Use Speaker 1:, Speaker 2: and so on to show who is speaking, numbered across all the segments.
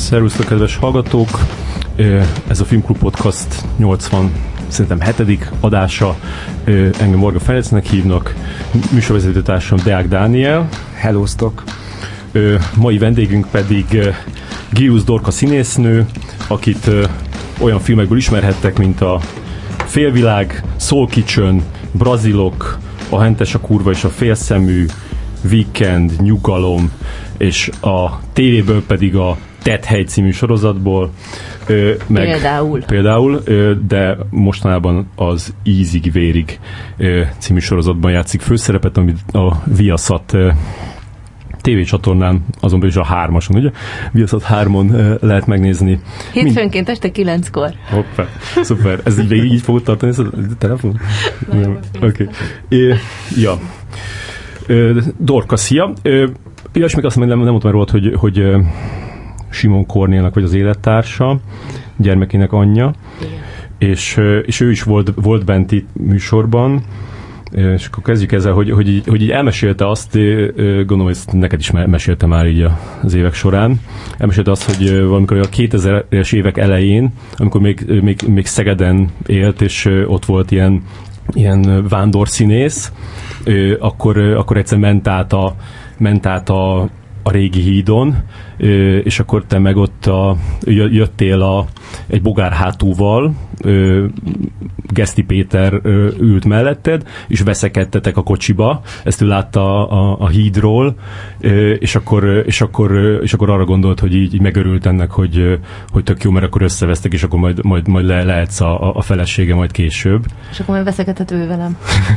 Speaker 1: Szervusztok, kedves hallgatók! Ez a Filmklub Podcast 80, szerintem 7. adása. Engem Varga Ferencnek hívnak, műsorvezetőtársam Deák Dániel.
Speaker 2: Hellóztok!
Speaker 1: Mai vendégünk pedig Gilius Dorka színésznő, akit olyan filmekből ismerhettek, mint a Félvilág, Soul Kitchen, Brazilok, A hentes, a kurva és a félszemű, Weekend, Nyugalom, és a tévéből pedig a Tethely című sorozatból. Például, de mostanában az Ízig Vérig című sorozatban játszik főszerepet, amit a Viaszat tévécsatornán, azon belül is a 3-ason, ugye? Viaszat 3-on lehet megnézni.
Speaker 3: Hétfőnként este 9-kor.
Speaker 1: Hoppá, szuper. Ez így fogod tartani ezt a telefon? Oké. Ja. Dorka, szia! És még azt nem mondtam rólad, hogy Simon Kornélnak vagy az élettársa, gyermekének anyja, és ő is volt bent itt műsorban, és akkor kezdjük ezzel, hogy így elmesélte azt, gondolom, hogy ezt neked is mesélte már így az évek során, elmesélte azt, hogy valamikor a 2000-es évek elején, amikor még Szegeden élt, és ott volt ilyen vándorszínész, akkor egyszer ment át a régi hídon, és akkor te meg ott jöttél egy bogárhátúval, Geszti Péter ült melletted, és veszekedtetek a kocsiba, ezt ő látta a hídról, és akkor arra gondolt, hogy így megörült ennek, hogy tök jó, mert akkor összevesztek, és akkor majd lehetsz a felesége majd később.
Speaker 3: És akkor majd veszekedhet ő velem.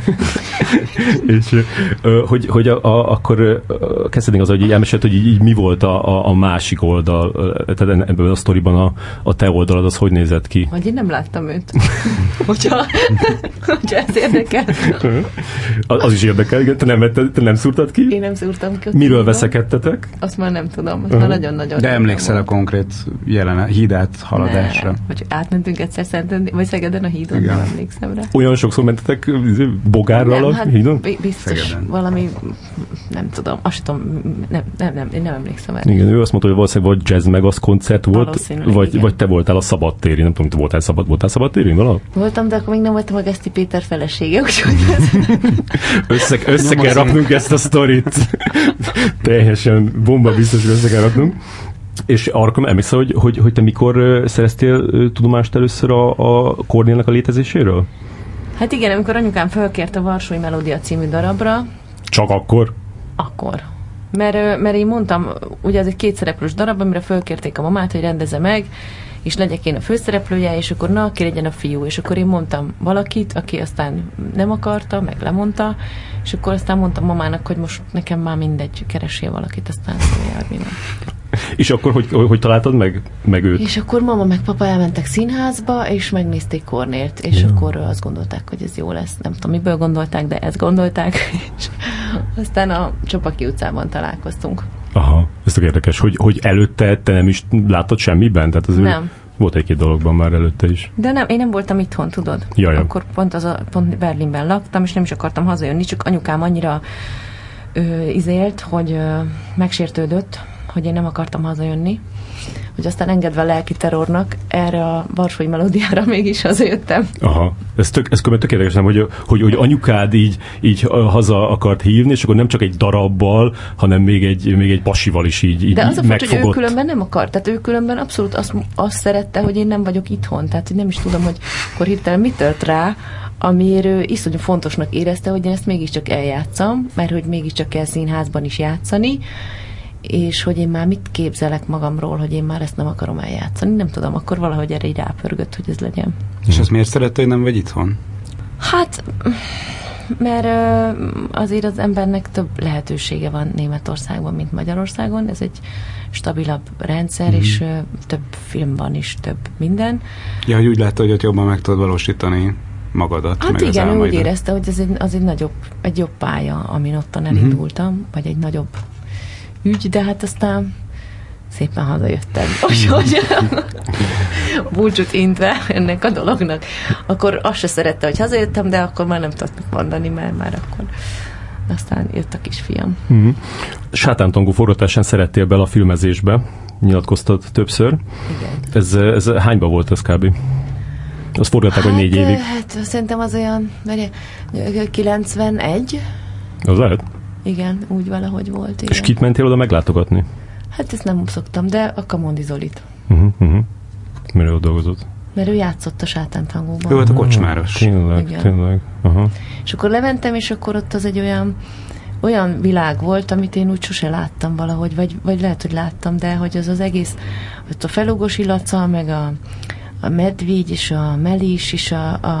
Speaker 1: És hogy akkor kezdődünk az, hogy így elmesélt, hogy így mi volt a másik oldal, tehát ebben a sztoriban a te oldalad, az hogy nézett ki?
Speaker 3: Hogy én nem láttam őt. hogyha ez érdekel.
Speaker 1: Az is érdekel, te nem szúrtad ki?
Speaker 3: Én nem szúrtam ki.
Speaker 1: Miről veszekedtetek?
Speaker 3: Azt már nem tudom, azt már nagyon-nagyon.
Speaker 2: De emlékszel a konkrét hídát haladásra?
Speaker 3: Ne. Vagy átmentünk egyszer Szentendén, vagy Szegeden a hídon, igen. Nem emlékszem rá.
Speaker 1: Olyan sokszor mentetek bogárral a hídon?
Speaker 3: Biztos Szegeden. Valami, nem tudom, azt tudom, én nem emlékszem erre.
Speaker 1: Igen, ő azt mondta, hogy valószínűleg vagy Jazz Megasz koncert volt, vagy te voltál a szabadtéri, nem tudom, te voltál szabadtéri valahol?
Speaker 3: Voltam, de akkor még nem voltam a Geszti Péter felesége, úgyhogy
Speaker 1: össze kell raknunk ezt a sztorit. Teljesen bomba biztos, hogy össze kell raknunk. És arra emlékszel, hogy te mikor szereztél tudomást először a Kornélnak a létezéséről?
Speaker 3: Hát igen, amikor anyukám fölkért a Varsói Melódia című darabra.
Speaker 1: Csak akkor?
Speaker 3: Akkor. Mert én mondtam, ugye ez egy 2 szereplős darab, amire fölkérték a mamát, hogy rendezze meg, és legyek én a főszereplője, és akkor ki legyen a fiú. És akkor én mondtam valakit, aki aztán nem akarta, meg lemondta, és akkor aztán mondtam mamának, hogy most nekem már mindegy, keresél valakit, aztán Szomja.
Speaker 1: És akkor hogy találtad meg őt?
Speaker 3: És akkor mama meg papa elmentek színházba, és megnézték Kornélt, és akkor azt gondolták, hogy ez jó lesz. Nem tudom, miből gondolták, de ezt gondolták, és aztán a Csopaki utcában találkoztunk.
Speaker 1: Aha, ez tök érdekes, hogy előtte te nem is láttad semmiben? Tehát az
Speaker 3: nem.
Speaker 1: Volt egy-két dologban már előtte is.
Speaker 3: De nem, én nem voltam itthon, tudod?
Speaker 1: Jaj.
Speaker 3: Akkor pont Berlinben laktam, és nem is akartam hazajönni, csak anyukám annyira izélt, hogy megsértődött, hogy én nem akartam hazajönni, hogy aztán engedve a lelki terrornak erre a Varsói Melódiára mégis hazajöttem.
Speaker 1: Aha. Ez tök érdekes, nem, hogy anyukád így haza akart hívni, és akkor nem csak egy darabbal, hanem még egy pasival is így
Speaker 3: de az a
Speaker 1: megfogott.
Speaker 3: hogy ő különben nem akart. Tehát ő különben abszolút azt szerette, hogy én nem vagyok itthon. Tehát hogy nem is tudom, hogy akkor hirtelen mit tört rá, amiért ő iszonyú fontosnak érezte, hogy én ezt mégiscsak eljátszam, mert hogy mégiscsak kell színházban is játszani, és hogy én már mit képzelek magamról, hogy én már ezt nem akarom eljátszani. Nem tudom, akkor valahogy erre így rápörgött, hogy ez legyen.
Speaker 2: És azt miért szerette, hogy nem vagy itthon?
Speaker 3: Hát, mert azért az embernek több lehetősége van Németországban, mint Magyarországon. Ez egy stabilabb rendszer, és több film van is, több minden.
Speaker 2: Ja, hogy úgy látta, hogy ott jobban meg tudod valósítani magadat.
Speaker 3: Hát
Speaker 2: meg
Speaker 3: igen, ő úgy érezte, hogy ez egy jobb pálya, amin ottan elindultam, vagy egy nagyobb ügy, de hát aztán szépen hazajöttem. Úgyhogy búcsút intve ennek a dolognak. Akkor azt se szerette, hogy hazajöttem, de akkor már nem tudtam mondani, mert már akkor aztán jött a kisfiam.
Speaker 1: Sátántangó forgatásán szerettél bele a filmezésbe, nyilatkoztat többször.
Speaker 3: Igen.
Speaker 1: Ez hányban volt ez kb.? Azt forgatták, hogy 4 évig.
Speaker 3: Hát szerintem az olyan 91.
Speaker 1: Az lehet?
Speaker 3: Igen, úgy valahogy volt. Igen.
Speaker 1: És kit mentél oda meglátogatni?
Speaker 3: Hát ezt nem szoktam, de a Kamondi Zolit.
Speaker 1: Miről dolgozott?
Speaker 3: Mert ő játszott a sátántangóban.
Speaker 2: Ő volt a kocsmáros.
Speaker 1: Tényleg. Aha.
Speaker 3: És akkor lementem, és akkor ott az egy olyan világ volt, amit én úgy sose láttam valahogy, vagy lehet, hogy láttam, de hogy az egész, ott a Felugos Laca, meg a Medvígy, és a Melis, és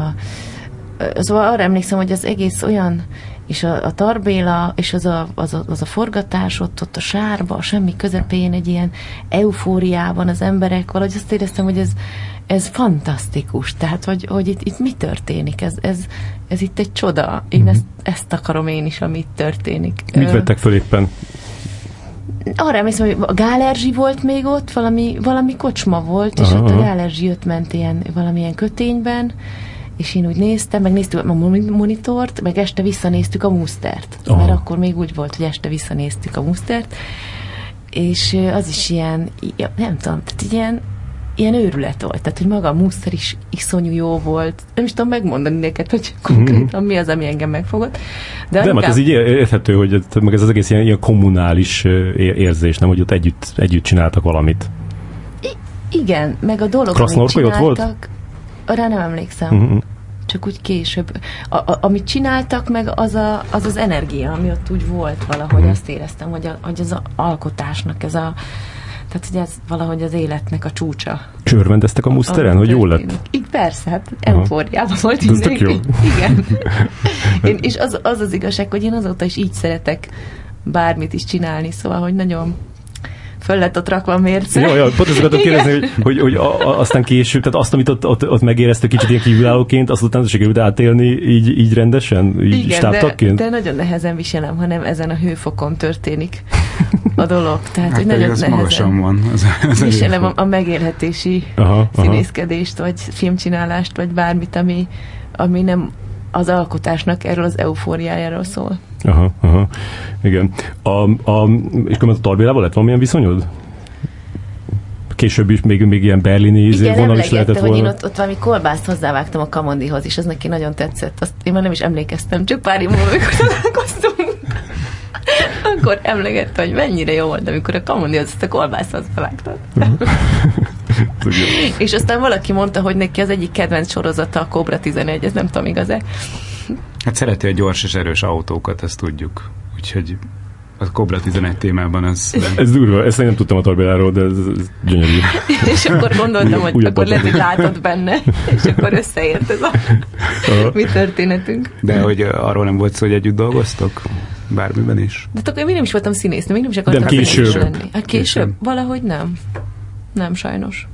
Speaker 3: szóval arra emlékszem, hogy az egész olyan, és a Tarbéla, és az a forgatás ott a sárba, a semmi közepén, egy ilyen eufóriában az emberek, valahogy azt éreztem, hogy ez fantasztikus, tehát, hogy itt mi történik, ez itt egy csoda, én ezt akarom én is, amit történik.
Speaker 1: Mit vettek föl éppen?
Speaker 3: Arra emlékszem, hogy a Gál Erzsi volt még ott, valami kocsma volt, és ott a Gál Erzsi jött ment valamilyen kötényben, és én úgy néztem, meg néztük a monitort, meg este visszanéztük a Mustert. Mert akkor még úgy volt, hogy este visszanéztük a Mustert, és az is ilyen, nem tudom, tehát ilyen őrület volt. Tehát, hogy maga a Muster is iszonyú jó volt. Nem is tudom megmondani neked, hogy konkrétan mi az, ami engem megfogott. De
Speaker 1: hát ez így érthető, hogy meg ez az egész ilyen kommunális érzés, nem, hogy ott együtt csináltak valamit.
Speaker 3: Igen, meg a dolog, amit csináltak, ott volt? Rá nem emlékszem. Csak úgy később. Amit csináltak, meg az energia, ami ott úgy volt valahogy, azt éreztem, hogy az alkotásnak tehát, hogy ez valahogy az életnek a csúcsa.
Speaker 1: Csörvendeztek a Musteren, hogy jól lett?
Speaker 3: Igen, persze, hát eufóriában volt mindenki. Igen. És az igazság, hogy én azóta is így szeretek bármit is csinálni, szóval, hogy nagyon föl lett ott rakva a mérce.
Speaker 1: Jó, pont ezt akartam kérdezni, hogy aztán később, tehát azt, amit ott megéreztek kicsit ilyen kívülállóként, azt utána sikerült átélni így rendesen, így stábtagként?
Speaker 3: De nagyon nehezen viselem, ha nem ezen a hőfokon történik a dolog. Tehát,
Speaker 2: hát
Speaker 3: hogy nagyon
Speaker 2: nehezen van.
Speaker 3: Viselem a megélhetési színészkedést, vagy filmcsinálást, vagy bármit, ami nem az alkotásnak erről az eufóriájáról szól.
Speaker 1: Igen. És a Tarbélával lett valamilyen viszonyod? Később is még ilyen berlini vonal is lehetett volna.
Speaker 3: Igen, hogy én ott valami kolbászt hozzávágtam a Kamondihoz, és ez neki nagyon tetszett. Azt én már nem is emlékeztem, csak pár év múlva, amikor találkoztunk. Akkor emlegette, hogy mennyire jó volt, amikor a Kamondihoz ezt a kolbászt hozzávágtad. És aztán valaki mondta, hogy neki az egyik kedvenc sorozata a Cobra 11, ez nem tudom, igaz-e?
Speaker 2: Hát szereti a gyors és erős autókat, ezt tudjuk. Úgyhogy a Cobra 11 témában
Speaker 1: Ez durva, ezt én nem tudtam a Tarbéláról, de ez gyönyörű.
Speaker 3: És akkor gondoltam, hogy akkor lehet, hogy látod benne, és akkor összeért ez a mi történetünk.
Speaker 2: De hogy arról nem volt szó, hogy együtt dolgoztok? Bármiben is?
Speaker 3: De akkor én nem is voltam színésznő, még nem is akartam
Speaker 1: később
Speaker 3: lenni. Hát később? Valahogy nem. Nem, sajnos.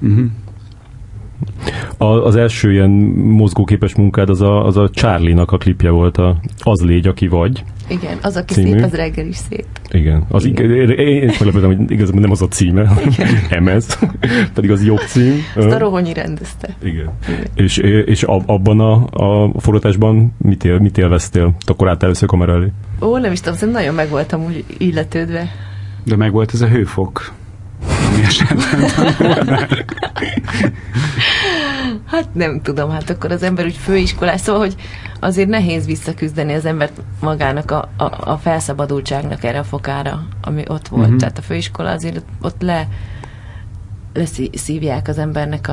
Speaker 1: Az első ilyen mozgóképes munkád az a Charlie-nak a klipje volt, Az légy, aki vagy.
Speaker 3: Igen, az, aki
Speaker 1: című.
Speaker 3: szép, az reggel is szép.
Speaker 1: Igen. Én meglepődtem, hogy igazából nem az a címe, MS, pedig az jobb cím.
Speaker 3: Azt a Rohonyi rendezte.
Speaker 1: Igen. És abban a forgatásban mit élveztél? Akkor állt először kamera elé?
Speaker 3: Nem is tudom, szerintem nagyon meg voltam úgy illetődve.
Speaker 2: De meg volt ez a hőfok. Ami esetben
Speaker 3: Hát nem tudom, hát akkor az ember úgy főiskolás, szóval, hogy azért nehéz visszaküzdeni az embert magának a felszabadultságnak erre a fokára, ami ott volt. Tehát a főiskola azért ott leszívják az embernek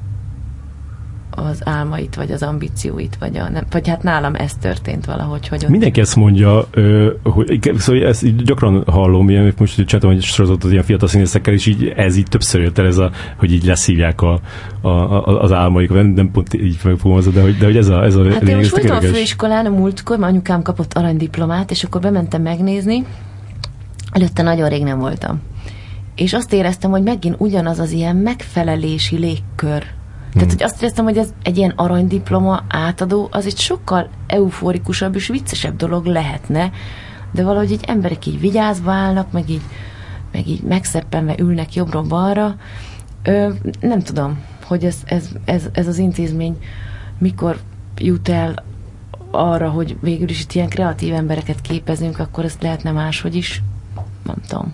Speaker 3: az álmait, vagy az ambícióit, vagy hát nálam ez történt valahogy. Hogy
Speaker 1: mindenki ezt mondja, hogy szóval ezt gyakran hallom, ilyen, most csináltam egy sorozatot ilyen fiatal színészekkel, és ez így többször jött el, hogy így leszívják az álmaik, nem pont így megfogalmazod, de hogy ez a
Speaker 3: hát én most voltam a főiskolán a múltkor, mert anyukám kapott aranydiplomát, és akkor bementem megnézni, előtte nagyon rég nem voltam. És azt éreztem, hogy megint ugyanaz az ilyen megfelelési légkör. Tehát, hogy azt éreztem, hogy ez egy ilyen aranydiploma átadó, az egy sokkal euforikusabb és viccesebb dolog lehetne, de valahogy így emberek így vigyázva állnak, meg így megszeppenve ülnek jobbra-balra. Nem tudom, hogy ez az intézmény mikor jut el arra, hogy végül is itt ilyen kreatív embereket képezünk, akkor ezt lehetne máshogy is. Nem tudom.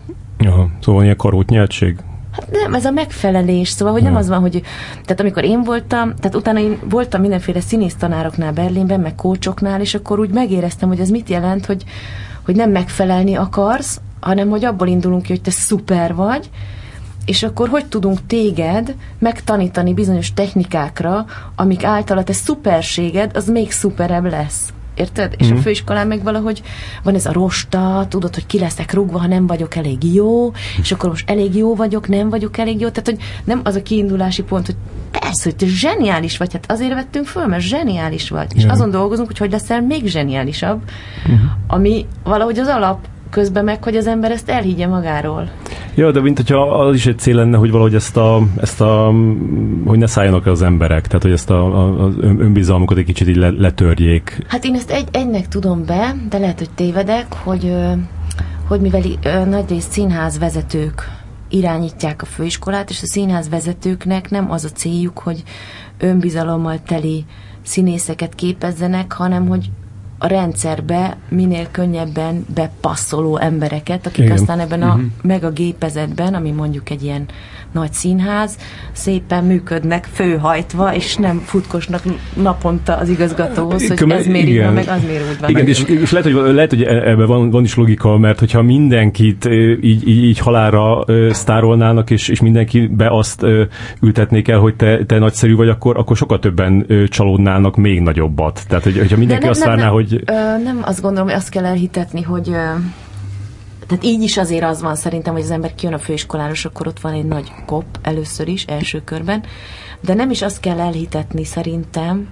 Speaker 1: Ja, szóval ilyen karótnyeltség.
Speaker 3: Hát nem, ez a megfelelés, szóval, hogy nem az van, hogy... Tehát amikor én voltam, tehát utána én voltam mindenféle színésztanároknál Berlinben, meg kócsoknál, és akkor úgy megéreztem, hogy ez mit jelent, hogy nem megfelelni akarsz, hanem hogy abból indulunk ki, hogy te szuper vagy, és akkor hogy tudunk téged megtanítani bizonyos technikákra, amik által a te szuperséged, az még szuperebb lesz. Érted? És a főiskolán meg valahogy van ez a rosta, tudod, hogy ki leszek rúgva, ha nem vagyok elég jó, és akkor most elég jó vagyok, nem vagyok elég jó. Tehát, hogy nem az a kiindulási pont, hogy persze, hogy te zseniális vagy, hát azért vettünk föl, mert zseniális vagy. És azon dolgozunk, hogy leszel még zseniálisabb, ami valahogy az alap közben meg, hogy az ember ezt elhiggye magáról.
Speaker 1: Ja, de mint hogyha az is egy cél lenne, hogy valahogy ezt a hogy ne szálljanak az emberek, tehát hogy ezt az önbizalmukat egy kicsit így letörjék.
Speaker 3: Hát én ezt egynek tudom be, de lehet, hogy tévedek, hogy mivel nagyrészt színházvezetők irányítják a főiskolát, és a színházvezetőknek nem az a céljuk, hogy önbizalommal teli színészeket képezzenek, hanem hogy a rendszerbe minél könnyebben bepasszoló embereket, akik aztán ebben meg a gépezetben, ami mondjuk egy ilyen nagy színház, szépen működnek főhajtva, és nem futkosnak naponta az igazgatóhoz, hogy ez miért így van, meg az miért úgy van.
Speaker 1: Igen, és lehet, hogy ebben van is logika, mert hogyha mindenkit így halálra sztárolnának, és mindenkibe azt ültetnék el, hogy te nagyszerű vagy, akkor sokkal többen csalódnának még nagyobbat. Tehát, hogyha mindenki azt várná, hogy...
Speaker 3: Nem azt gondolom, hogy azt kell elhitetni, hogy... Tehát így is azért az van szerintem, hogy az ember kijön a főiskolára, és akkor ott van egy nagy kop először is, első körben, de nem is azt kell elhitetni szerintem,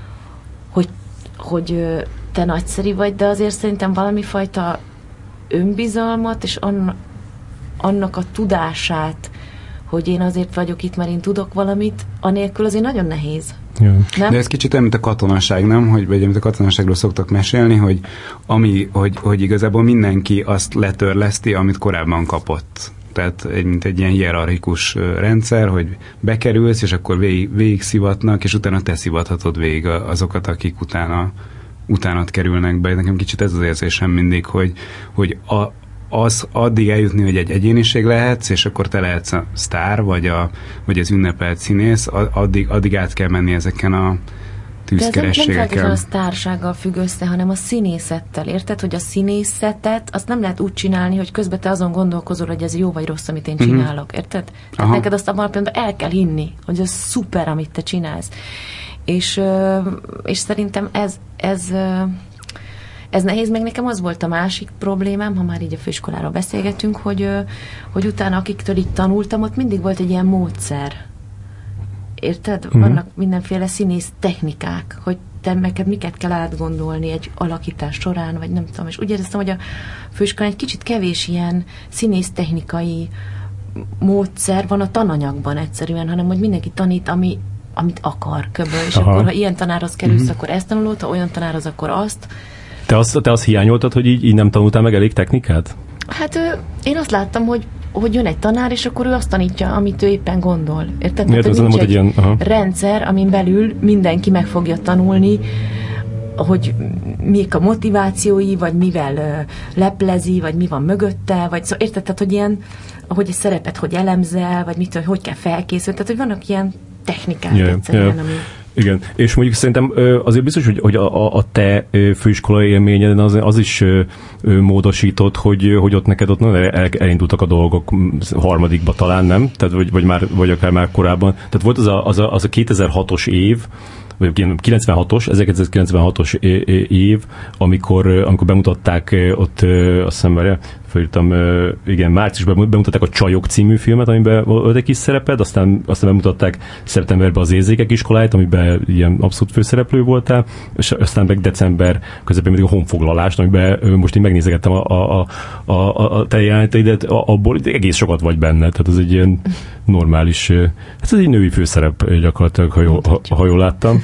Speaker 3: hogy te nagyszerű vagy, de azért szerintem valami fajta önbizalmat, és annak a tudását, hogy én azért vagyok itt, mert én tudok valamit, anélkül azért nagyon nehéz.
Speaker 1: Ja.
Speaker 2: De ez kicsit olyan, mint a katonaság, nem? Vagy amit a katonaságról szoktak mesélni, hogy igazából mindenki azt letörleszti, amit korábban kapott. Tehát mint egy ilyen hierarchikus rendszer, hogy bekerülsz, és akkor végig szivatnak, és utána te szivathatod végig azokat, akik utánat kerülnek be. Nekem kicsit ez az érzésem mindig, hogy az addig eljutni, hogy egy egyéniség lehetsz, és akkor te lehetsz a sztár, vagy az ünnepelt színész, addig át kell menni ezeken a tűzkerességekkel.
Speaker 3: De ez nem feltétlenül a sztársággal függ össze, hanem a színészettel. Érted, hogy a színészetet azt nem lehet úgy csinálni, hogy közben te azon gondolkozol, hogy ez jó vagy rossz, amit én csinálok. Érted? Tehát neked azt abban a pillanatban el kell hinni, hogy ez szuper, amit te csinálsz. És szerintem ez nehéz, meg nekem az volt a másik problémám, ha már így a főiskoláról beszélgetünk, hogy utána akiktől így tanultam, ott mindig volt egy ilyen módszer. Érted? Vannak mindenféle színész technikák, hogy te neked miket kell átgondolni egy alakítás során, vagy nem tudom. És úgy éreztem, hogy a főiskolán egy kicsit kevés ilyen színész technikai módszer van a tananyagban egyszerűen, hanem hogy mindenki tanít, amit akar köböl. És akkor, ha ilyen tanárhoz kerülsz, akkor ezt tanulod, ha olyan tanárhoz, akkor azt.
Speaker 1: Te azt hiányoltad, hogy így nem tanultál meg elég technikát?
Speaker 3: Hát én azt láttam, hogy jön egy tanár, és akkor ő azt tanítja, amit ő éppen gondol. Érted?
Speaker 1: Miért
Speaker 3: Tehát,
Speaker 1: nincs egy
Speaker 3: ilyen, rendszer, amin belül mindenki meg fogja tanulni, hogy mik a motivációi, vagy mivel leplezi, vagy mi van mögötte, vagy szóval érted? Tehát, hogy ilyen, ahogy egy szerepet hogy elemzel, vagy mit, hogy kell felkészülni. Tehát, hogy vannak ilyen technikák egyszerűen, ami...
Speaker 1: Igen, és mondjuk szerintem azért biztos, hogy a te főiskolai élményeden az is módosított, hogy ott neked ott elindultak a dolgok harmadikba talán, nem? Tehát, vagy akár már korábban. Tehát volt az a 2006-os év, vagy 1996-os év, amikor bemutatták ott, azt hiszem, fölírtam, igen, márciusban bemutatták a Csajok című filmet, amiben volt egy kis szereped, aztán bemutatták szeptemberben az Érzékek iskoláját, amiben ilyen abszolút főszereplő voltál, és aztán meg december közepén pedig a Honfoglalást, amiben most én megnézegettem a te jeleneteidet, abból egész sokat vagy benne, tehát ez egy ilyen normális, ez egy női főszerep gyakorlatilag, ha jól láttam,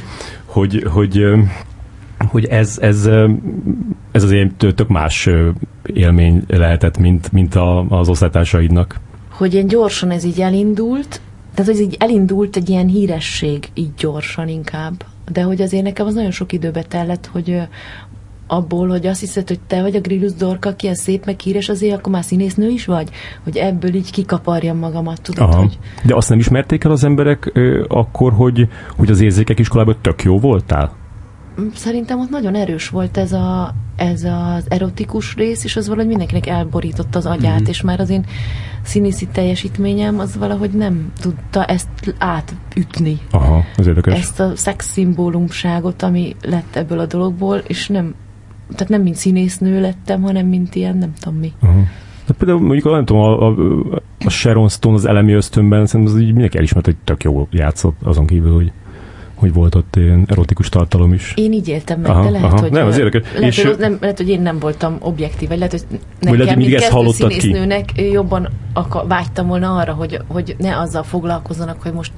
Speaker 1: hogy ez azért tök más élmény lehetett, mint az osztálytársaidnak.
Speaker 3: Hogy ilyen gyorsan ez így elindult, tehát ez így elindult egy ilyen híresség, így gyorsan inkább. De hogy azért nekem az nagyon sok időbe tellett, abból, hogy azt hiszed, hogy te vagy a Grillus Dorka, aki ilyen szép, meg híres, azért akkor már színésznő is vagy? Hogy ebből így kikaparjam magamat, tudod, hogy...
Speaker 1: De azt nem ismerték el az emberek akkor, hogy az Érzékek iskolában tök jó voltál?
Speaker 3: Szerintem ott nagyon erős volt ez az erotikus rész, és az valahogy mindenkinek elborította az agyát, és már az én színészi teljesítményem az valahogy nem tudta ezt átütni.
Speaker 1: Aha, ez érdekes.
Speaker 3: Ezt a szexszimbólumságot, ami lett ebből a dologból, és tehát nem mint színésznő lettem, hanem mint ilyen, nem tudom mi.
Speaker 1: De például mondjuk, nem tudom, a Sharon Stone az Elemi Ösztönben, szerintem az így mindenki elismert, hogy tök jól játszott, azon kívül, hogy volt ott ilyen erotikus tartalom is.
Speaker 3: Én így éltem meg, de lehet, hogy...
Speaker 1: Nem, az érdekes.
Speaker 3: Lehet, hogy én nem voltam objektív, vagy lehet, hogy
Speaker 1: nekem, mint kezdő
Speaker 3: színésznőnek jobban vágytam volna arra, hogy ne azzal foglalkozzanak, hogy most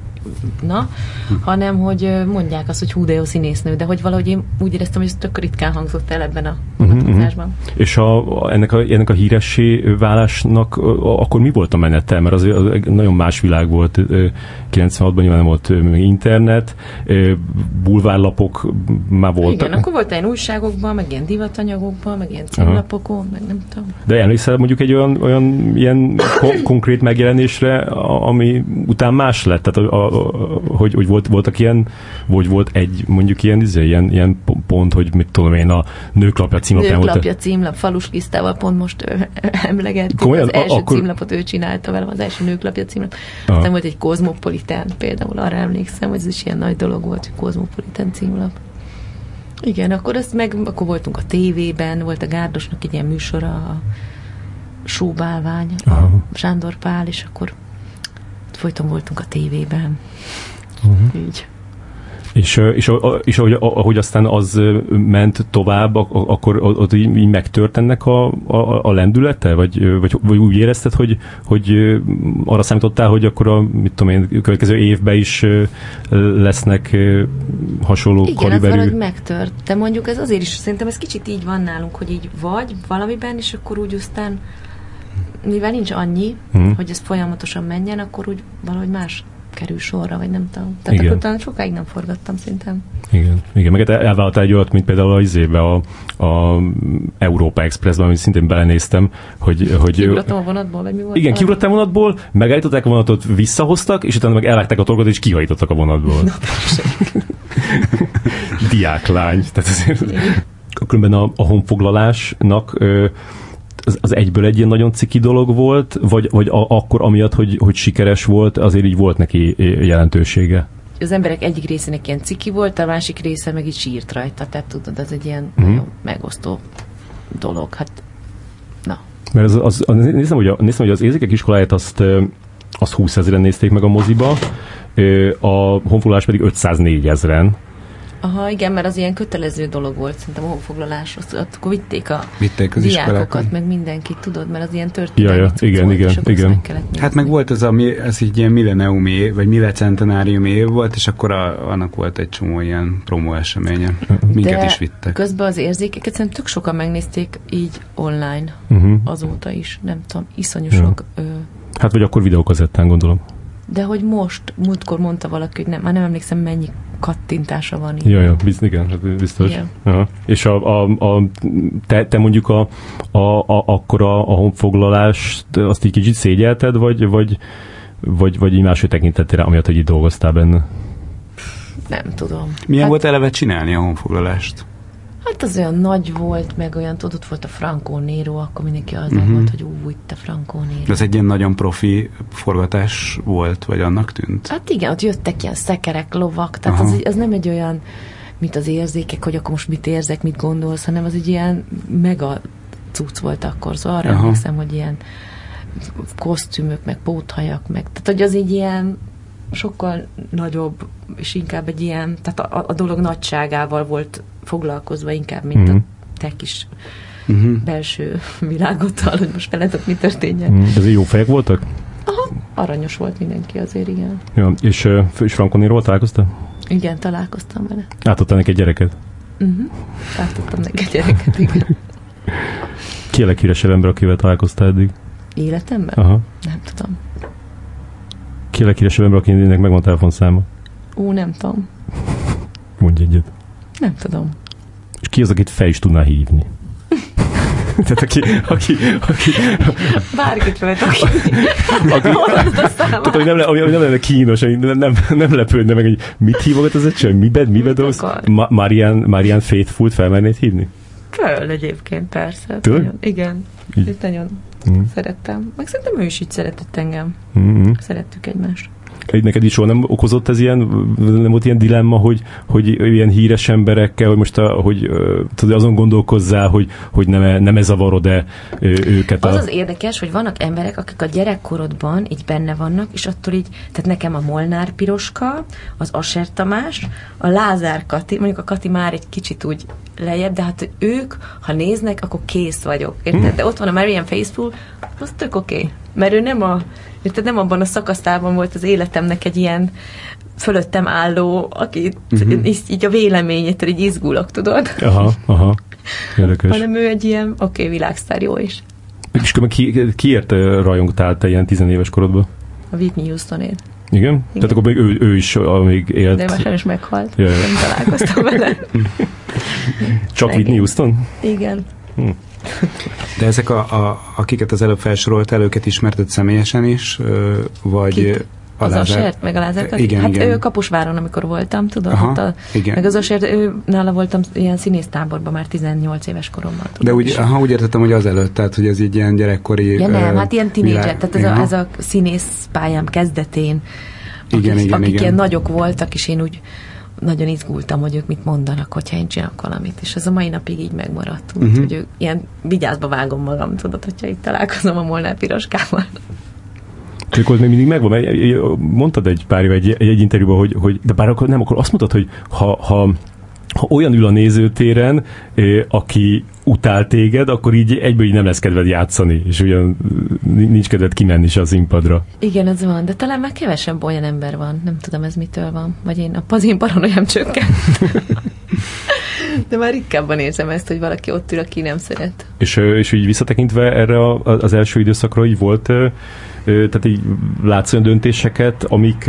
Speaker 3: hanem hogy mondják azt, hogy hú, de jó színésznő, de hogy valahogy én úgy éreztem, hogy ez tök ritkán hangzott el ebben a vonatkozásban.
Speaker 1: És ennek a híressé válásnak akkor mi volt a menete? Mert az nagyon más világ volt 96-ban, nyilván nem volt internet, bulvárlapok már voltak.
Speaker 3: Igen, akkor volt ilyen újságokban, meg ilyen divatanyagokban, meg ilyen címlapokon, meg nem tudom.
Speaker 1: De emlékszel mondjuk egy olyan ilyen konkrét megjelenésre, ami után más lett? Tehát hogy voltak ilyen, vagy volt egy mondjuk ilyen pont, hogy mit tudom én, a Nőklapja címlapján volt.
Speaker 3: Nőklapja címlap, Falus Krisztával pont most emlegettük. Az első címlapot ő csinálta velem, az első Nőklapja címlap. Aztán volt egy Kozmopolitán például, arra emlékszem, hogy ez is ilyen nagy dolog volt, hogy Kozmopolitán címlap. Igen, akkor akkor voltunk a tévében, volt a Gárdosnak egy ilyen műsora, a Sóbálvány, a Sándor Pál, és akkor folyton voltunk a tévében. Így.
Speaker 1: És ahogy aztán az ment tovább, akkor ott így megtört ennek a lendülete? Vagy úgy érezted, hogy arra számítottál, hogy akkor a következő évben is lesznek hasonló kaliberű...
Speaker 3: Igen, az valahogy megtört. De mondjuk ez azért is, szerintem ez kicsit így van nálunk, hogy így vagy valamiben, és akkor úgy aztán mivel nincs annyi, hogy ez folyamatosan menjen, akkor úgy valahogy más kerül sorra, vagy nem tudom. Tehát akkor talán sokáig nem forgattam szerintem.
Speaker 1: Igen, meg elvállaltál egy olyat, mint például az izébe a Európa Expressben, amit szintén belenéztem, hogy
Speaker 3: kiugrottam a vonatból, vagy mi volt?
Speaker 1: Igen, kiugrottam a vonatból, megállították a vonatot, visszahoztak, és utána meg elvágták a torkot, és kihajtottak a vonatból. Diáklány. Tehát azért különben a honfoglalásnak az egyből egy ilyen nagyon ciki dolog volt, vagy akkor amiatt, hogy sikeres volt, azért így volt neki jelentősége?
Speaker 3: Az emberek egyik részének ilyen ciki volt, a másik része meg így sírt rajta, tehát tudod, ez egy ilyen nagyon megosztó dolog. Hát, na.
Speaker 1: Mert néztem, hogy az Érzékek iskoláját azt 20 000-en nézték meg a moziba, a honfoglalás pedig 504 000-en.
Speaker 3: Aha, igen, mert az ilyen kötelező dolog volt, szerintem a honfoglalás, akkor vitték a
Speaker 2: az
Speaker 3: diákokat, meg mindenkit, tudod, mert az ilyen történelmi
Speaker 1: igen.
Speaker 2: Hát meg volt ez így ilyen milleniumi év, vagy millecentenáriumi év volt, és akkor annak volt egy csomó ilyen promó eseménye. Minket is vittek.
Speaker 3: Közben az Érzékeket szerintem tök sokan megnézték így online azóta is, nem tudom, iszonyú sok.
Speaker 1: Hát vagy akkor videókazettán, gondolom.
Speaker 3: De hogy múltkor mondta valaki, hogy már nem emlékszem, mennyi kattintása van így.
Speaker 1: Ja, igen, biztos. Yeah. És te mondjuk akkor a honfoglalást azt így kicsit szégyelted, vagy így máshogy tekintettél rá, amiatt, hogy itt dolgoztál benne?
Speaker 3: Nem tudom.
Speaker 2: Milyen volt eleve csinálni a honfoglalást?
Speaker 3: Hát az olyan nagy volt, meg olyan, tudod, volt a Franco Nero, akkor mindenki azzal volt, hogy itt a Franco Nero.
Speaker 2: Ez egy ilyen nagyon profi forgatás volt, vagy annak tűnt?
Speaker 3: Hát igen, ott jöttek ilyen szekerek, lovak, tehát az nem egy olyan, mint az Érzékek, hogy akkor most mit érzek, mit gondolsz, hanem az egy ilyen mega cucc volt akkor, szóval arra emlékszem, hogy ilyen kosztümök, meg póthajak, meg, tehát hogy az így ilyen sokkal nagyobb, és inkább egy ilyen, tehát a dolog nagyságával volt foglalkozva inkább, mint a te kis belső világoddal, hogy most veletek mi történjen.
Speaker 1: Ezért jó fejek voltak?
Speaker 3: Aha, aranyos volt mindenki azért, igen.
Speaker 1: Ja, és Franco Neroval találkoztál?
Speaker 3: Igen, találkoztam vele.
Speaker 1: Átadtál neki egy gyereket?
Speaker 3: Átadtam neki egy gyereket, igen.
Speaker 1: Ki a leghíresebb ember, akivel találkoztál eddig?
Speaker 3: Életemben?
Speaker 1: Aha.
Speaker 3: Nem tudom.
Speaker 1: Ki a leghíresebb ember, akinek megvan telefonszáma?
Speaker 3: Nem tudom.
Speaker 1: Mondj egyet.
Speaker 3: Nem tudom.
Speaker 1: És ki az, akit fel is tudná hívni? Tehát aki
Speaker 3: bárkit lehet,
Speaker 1: aki nem lenne kínos, nem lepődne meg, hogy mit hívogat az egy mibe dolgoz? Marianne Faithfult felmernéd hívni?
Speaker 3: Föl egyébként, persze. Igen. Itt nagyon szerettem. Meg szerintem ő is így szeretett engem. Szerettük egymást.
Speaker 1: Neked is soha nem okozott ez ilyen, nem volt ilyen dilemma, hogy ilyen híres emberekkel, hogy most hogy azon gondolkozzál, hogy nem zavarod-e őket?
Speaker 3: Az érdekes, hogy vannak emberek, akik a gyerekkorodban így benne vannak, és attól így, tehát nekem a Molnár Piroska, az Asser Tamás, a Lázár Kati, mondjuk a Kati már egy kicsit úgy lejjebb, de hát ők, ha néznek, akkor kész vagyok. Érted? De ott van a Marianne Faithfull, az tök oké. Mert ő nem abban a szakasztában volt az életemnek egy ilyen fölöttem álló, aki így a véleményétől így izgulok, tudod?
Speaker 1: Aha. Érdekes.
Speaker 3: Hanem ő egy ilyen, világsztár, jó is.
Speaker 1: És kiért rajongtál te ilyen 10 éves korodban?
Speaker 3: A Whitney Houstonért.
Speaker 1: Igen? Tehát akkor még ő is még élt.
Speaker 3: De már sajnos meghalt. Nem találkoztam vele.
Speaker 1: Csak Whitney Houston?
Speaker 3: Igen.
Speaker 2: De ezek akiket az előbb felsoroltál, őket ismerted személyesen is? Vagy
Speaker 3: kit? Az Asert, meg a Lázár.
Speaker 2: Igen.
Speaker 3: Ő Kaposváron, amikor voltam, tudod? Meg az Asert, nála voltam ilyen színésztáborban már 18 éves koromban.
Speaker 2: De úgy értettem, hogy azelőtt, tehát hogy ez így ilyen gyerekkori...
Speaker 3: Ja nem, hát ilyen tínédzser, tehát ez a színész pályám kezdetén, akik ilyen nagyok voltak, és én úgy nagyon izgultam, hogy ők mit mondanak, hogyha én csinálok valamit, és ez a mai napig így megmaradt, hogy ők ilyen vigyázba vágom magam, tudod, hogyha itt találkozom a Molnár Piroskával.
Speaker 1: Akkor még mindig megvan, mert mondtad egy pár éve egy interjúban, hogy de bár akkor nem, akkor azt mondtad, hogy ha olyan ül a nézőtéren, aki utál téged, akkor így egyből így nem lesz kedved játszani, és ugyan nincs kedved kimenni se a színpadra. Igen, ez van, de talán már kevesebb olyan ember van, nem tudom ez mitől van, vagy az én paranoiám csökken. De már ritkábban érzem ezt, hogy valaki ott ül, aki nem szeret. És így visszatekintve erre az első időszakra így volt, tehát így látsz olyan döntéseket,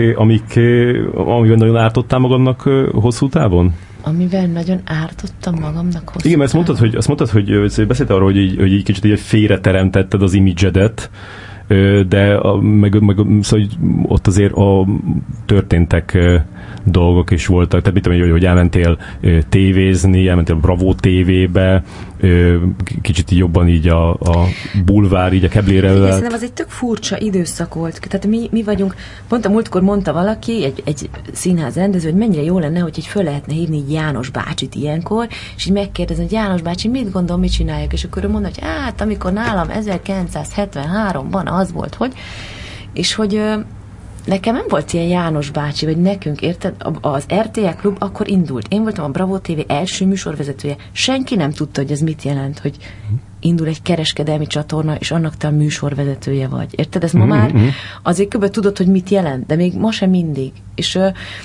Speaker 1: amivel nagyon ártottál magadnak hosszú távon? Amivel nagyon ártottam magamnak hosszú. Igen, mert azt mondtad, hogy beszélt arról, hogy így kicsit így félreteremtetted az imidzsedet, de szóval ott azért történtek dolgok is voltak, tehát mit tudom, hogy elmentél tévézni, elmentél a Bravo TV-be, kicsit jobban így a bulvár, így a keblére. Igen, szerintem az egy tök furcsa időszak volt. Tehát mi vagyunk, pont a múltkor mondta valaki, egy színház rendező, hogy mennyire jó lenne, hogy így föl lehetne hívni János bácsit ilyenkor, és így megkérdezni, hogy János bácsi, mit gondol, mit csináljuk? És akkor ő mondta, hogy hát amikor nálam 1973-ban az volt, hogy, és hogy nekem nem volt ilyen János bácsi, vagy nekünk, érted? Az RTL Klub akkor indult. Én voltam a Bravo TV első műsorvezetője. Senki nem tudta, hogy ez mit jelent, hogy indul egy kereskedelmi csatorna, és annak te a műsorvezetője vagy. Érted? Ez ma már azért kb. Tudod, hogy mit jelent, de még ma sem mindig. És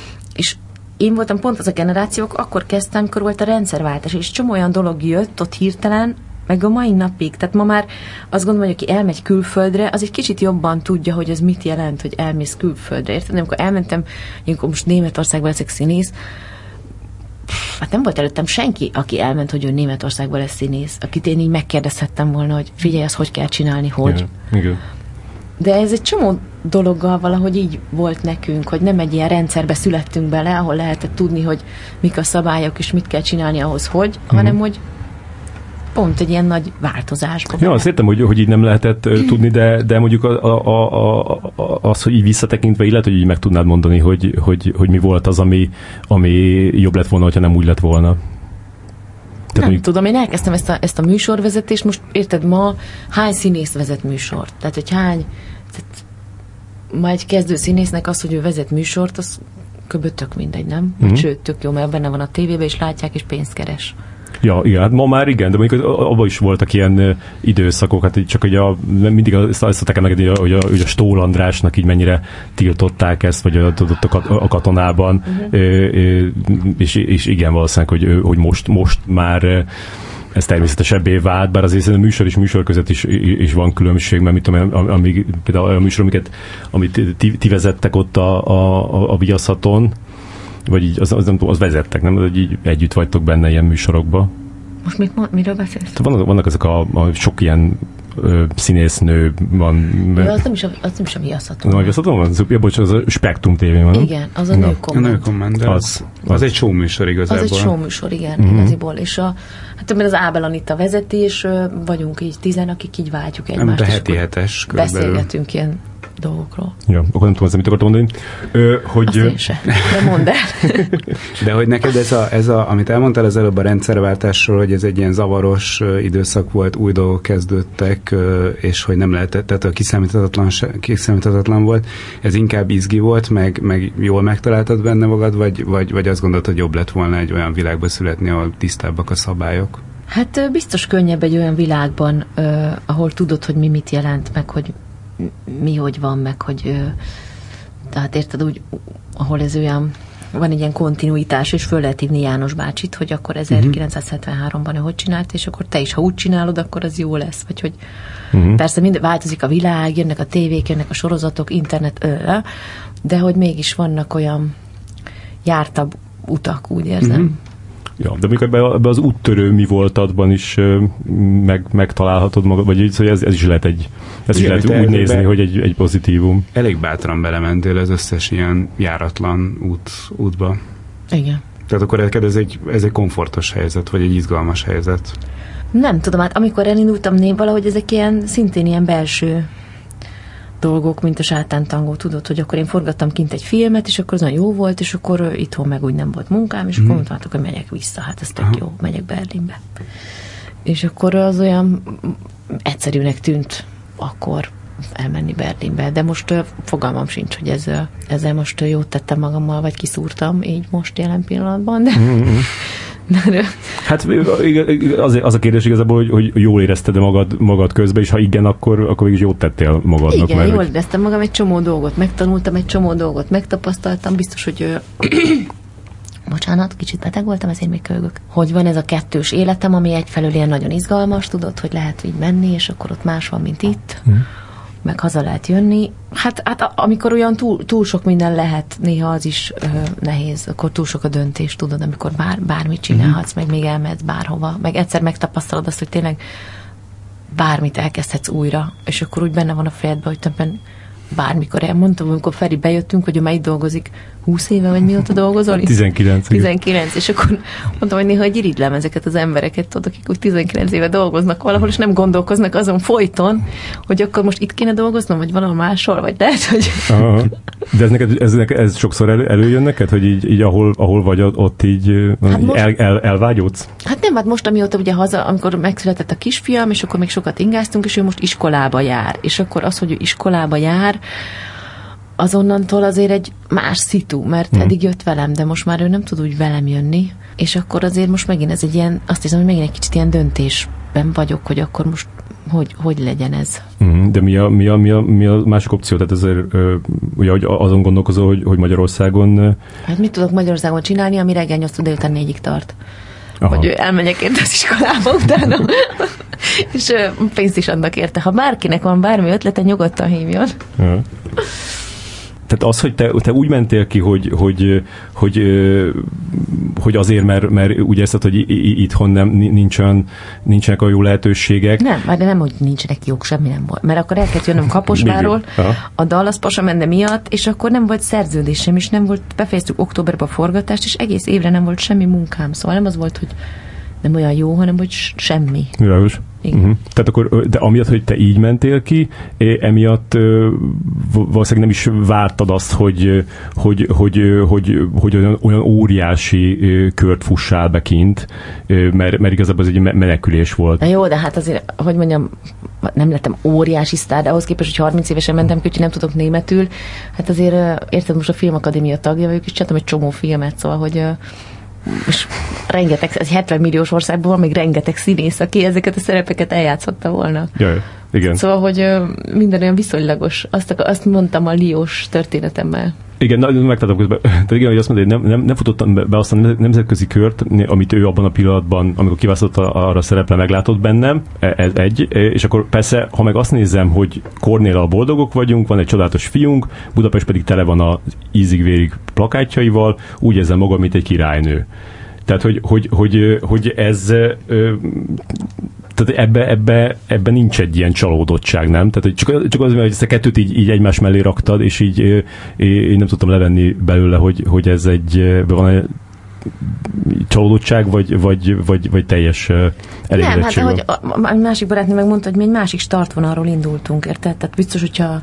Speaker 1: én voltam pont az a generációk, akkor kezdtem, amikor volt a rendszerváltás, és csomó olyan dolog jött ott hirtelen, meg a mai napig. Tehát ma már azt gondolom, hogy aki elmegy külföldre, az egy kicsit jobban tudja, hogy ez mit jelent, hogy elmész külföldre. Érted? Amikor elmentem, amikor most Németországban leszek színész, hát nem volt előttem senki, aki elment, hogy ő Németországban lesz színész, akit én így megkérdezhettem volna, hogy figyelj, azt hogy kell csinálni, hogy. Igen. De ez egy csomó dologgal valahogy így volt nekünk, hogy nem egy ilyen rendszerbe születtünk bele, ahol lehetett tudni, hogy mik a szabályok, és mit kell csinálni ahhoz, hogy, hanem hogy pont egy ilyen nagy változásban. Ja, azt értem, hogy így nem lehetett tudni, de mondjuk az, hogy így visszatekintve, illetve, hogy így meg tudnád mondani, hogy mi volt az, ami jobb lett volna, hogyha nem úgy lett volna. Tehát nem tudom, én elkezdtem ezt a műsorvezetést, most érted, ma hány színész vezet műsort? Tehát, hogy ma egy kezdő színésznek az, hogy ő vezet műsort, az kb. Tök mindegy, nem? Sőt, tök jó, mert benne van a tévében, és látják, és pénzt keres. Ja, igen, hát ma már igen, de mondjuk abban is voltak ilyen időszakok, hát csak hogy mindig azt szokták emlegetni, hogy a Stól Andrásnak így mennyire tiltották ezt, vagy a katonában, és igen, valószínűleg, hogy most már ez természetesebbé vált, bár azért a műsor és műsor között is van különbség, mert mit tudom, például a műsor, amit ti vezettek ott a Viaszaton, vagy így az vezettek, nem? Hogy így együtt vagytok benne ilyen műsorokba.
Speaker 3: Most miről beszélsz?
Speaker 1: Vannak ezek a sok ilyen színésznő van.
Speaker 3: Az nem is a Viaszhaton.
Speaker 1: A Viaszhaton van? Az a Spektrum TV van.
Speaker 3: Igen, az a Nőkomment.
Speaker 2: Az egy showműsor igazából.
Speaker 3: Az egy showműsor, igen, igaziból. És mert az Ábel Anita vezeti, és vagyunk így 10, akik így váltjuk egymást.
Speaker 2: Nem, heti hetes körülbelül.
Speaker 3: Beszélgetünk ilyen dolgokról.
Speaker 1: Ja, akkor nem tudom, mit akartam mondani.
Speaker 3: Azt én se, de mondd el.
Speaker 2: De hogy neked ez a, amit elmondtál az előbb a rendszerváltásról, hogy ez egy ilyen zavaros időszak volt, új dolgok kezdődtek, és hogy nem lehetett, tehát a kiszámíthatatlan volt, ez inkább izgi volt, meg jól megtaláltad benne magad, vagy azt gondolod, hogy jobb lett volna egy olyan világba születni, ahol tisztábbak a szabályok?
Speaker 3: Hát biztos könnyebb egy olyan világban, ahol tudod, hogy mi mit jelent, meg hogy mi hogy van, meg hogy tehát érted úgy, ahol ez olyan, van egy ilyen kontinuitás, és föl lehet hívni János bácsit, hogy akkor 1973-ban ő hogy csinált, és akkor te is, ha úgy csinálod, akkor az jó lesz, vagy hogy persze változik a világ, jönnek a tévék, jönnek a sorozatok, internet, de hogy mégis vannak olyan jártabb utak, úgy érzem.
Speaker 1: Ja, de mikor ebbe az úttörő mi voltadban is megtalálhatod magad, vagy ez is lehet úgy nézni, hogy egy pozitívum.
Speaker 2: Elég bátran belementél az összes ilyen járatlan útba.
Speaker 3: Igen.
Speaker 2: Tehát akkor ez egy komfortos helyzet, vagy egy izgalmas helyzet?
Speaker 3: Nem tudom, hát amikor elindultam valahogy ezek szintén ilyen belső dolgok, mint a sátántangó, tudod, hogy akkor én forgattam kint egy filmet, és akkor az olyan jó volt, és akkor itthon meg úgy nem volt munkám, és akkor mondtam, hogy megyek vissza, hát ez tök jó, megyek Berlinbe. És akkor az olyan egyszerűnek tűnt akkor elmenni Berlinbe, de most fogalmam sincs, hogy ezzel most jót tettem magammal, vagy kiszúrtam így most jelen pillanatban, de...
Speaker 1: Hát az a kérdés igazából, hogy jól érezted magad közben, és ha igen, akkor mégis jót tettél magadnak.
Speaker 3: Igen, jól éreztem magam, egy csomó dolgot megtanultam, egy csomó dolgot megtapasztaltam, biztos, hogy bocsánat, kicsit beteg voltam, ezért még kölgök. Hogy van ez a kettős életem, ami egyfelől ilyen nagyon izgalmas, tudod, hogy lehet így menni, és akkor ott más van, mint itt, meg haza lehet jönni. Hát amikor olyan túl sok minden lehet, néha az is nehéz, akkor túl sok a döntés, tudod, amikor bármit csinálhatsz, meg még elmehetsz bárhova, meg egyszer megtapasztalod azt, hogy tényleg bármit elkezdhetsz újra, és akkor úgy benne van a fejedben, hogy többen bármikor elmondtam, amikor Feri bejöttünk, hogy ő már itt dolgozik 20 éve, vagy mióta dolgozol?
Speaker 1: 19.
Speaker 3: 19, és akkor mondtam, hogy néha irigylem ezeket az embereket, tudod, akik úgy 19 éve dolgoznak valahol, és nem gondolkoznak azon folyton, hogy akkor most itt kéne dolgoznom, vagy valahol máshol, vagy lehet, hogy...
Speaker 1: Aha. De ez sokszor előjön neked, hogy így ahol vagy, ott így elvágyódsz?
Speaker 3: Hát nem, hát most amióta ugye haza, amikor megszületett a kisfiam, és akkor még sokat ingáztunk, és ő most iskolába jár. És akkor az, hogy ő iskolába jár, azonnantól azért egy más szitu, mert eddig jött velem, de most már ő nem tud úgy velem jönni, és akkor azért most megint ez egy ilyen, azt hiszem, hogy megint egy kicsit ilyen döntésben vagyok, hogy akkor most hogy legyen ez.
Speaker 1: De mi a másik opció? Tehát ezért ugye, hogy azon gondolkozol, hogy Magyarországon...
Speaker 3: Hát mit tudok Magyarországon csinálni, ami reggel 8 délután 4-ig tart?
Speaker 1: Aha.
Speaker 3: Hogy elmenjek érte az iskolába utána, és pénzt is adnak érte. Ha bárkinek van bármi ötlete, nyugodtan hívjon.
Speaker 1: Ja. Tehát az, hogy te úgy mentél ki, hogy azért, mert úgy érzed, hogy itthon nincsenek a jó lehetőségek.
Speaker 3: Nem, de nem, hogy nincsenek jók, semmi nem volt. Mert akkor el kellett jönnöm Kaposvárról, a Dallas Pasamende miatt, és akkor nem volt szerződésem, és nem volt, befejeztük októberben a forgatást, és egész évre nem volt semmi munkám. Szóval nem az volt, hogy nem olyan jó, hanem hogy semmi.
Speaker 1: Világos. Tehát akkor, de amiatt, hogy te így mentél ki, emiatt valószínűleg nem is vártad azt, hogy olyan óriási kört fussál be kint, mert igazából ez egy menekülés volt.
Speaker 3: Na jó, de hát azért, hogy mondjam, nem lettem óriási sztár, de ahhoz képest, hogy 30 évesen mentem ki, úgyhogy nem tudok németül, hát azért érted, most a Filmakadémia tagja vagyok, és csináltam egy csomó filmet, szóval, hogy és rengeteg, egy 70 milliós országban van még rengeteg színész, aki ezeket a szerepeket eljátszhatta volna.
Speaker 1: Jaj, igen.
Speaker 3: Szóval, hogy minden olyan viszonylagos. Azt mondtam a Liós történetemmel.
Speaker 1: Igen, megtartom közben. Tehát igen, hogy azt mondta, hogy nem futottam be azt a nemzetközi kört, amit ő abban a pillanatban, amikor kiválasztotta arra a szerepre, meglátott bennem, ez egy, és akkor persze, ha meg azt nézem, hogy Kornéllal boldogok vagyunk, van egy csodálatos fiunk, Budapest pedig tele van az ízig-vérig plakátjaival, úgy érzem magam, mint egy királynő. Tehát, hogy ez tehát ebbe nincs egy ilyen csalódottság, nem? Tehát csak az, hogy ezt a kettőt így egymás mellé raktad, és így én nem tudtam levenni belőle, hogy ez van egy csalódottság, vagy teljes elégedettség.
Speaker 3: Nem, hát ahogy a másik barátnő megmondta, hogy mi egy másik startvonalról indultunk, érted? Tehát biztos, hogyha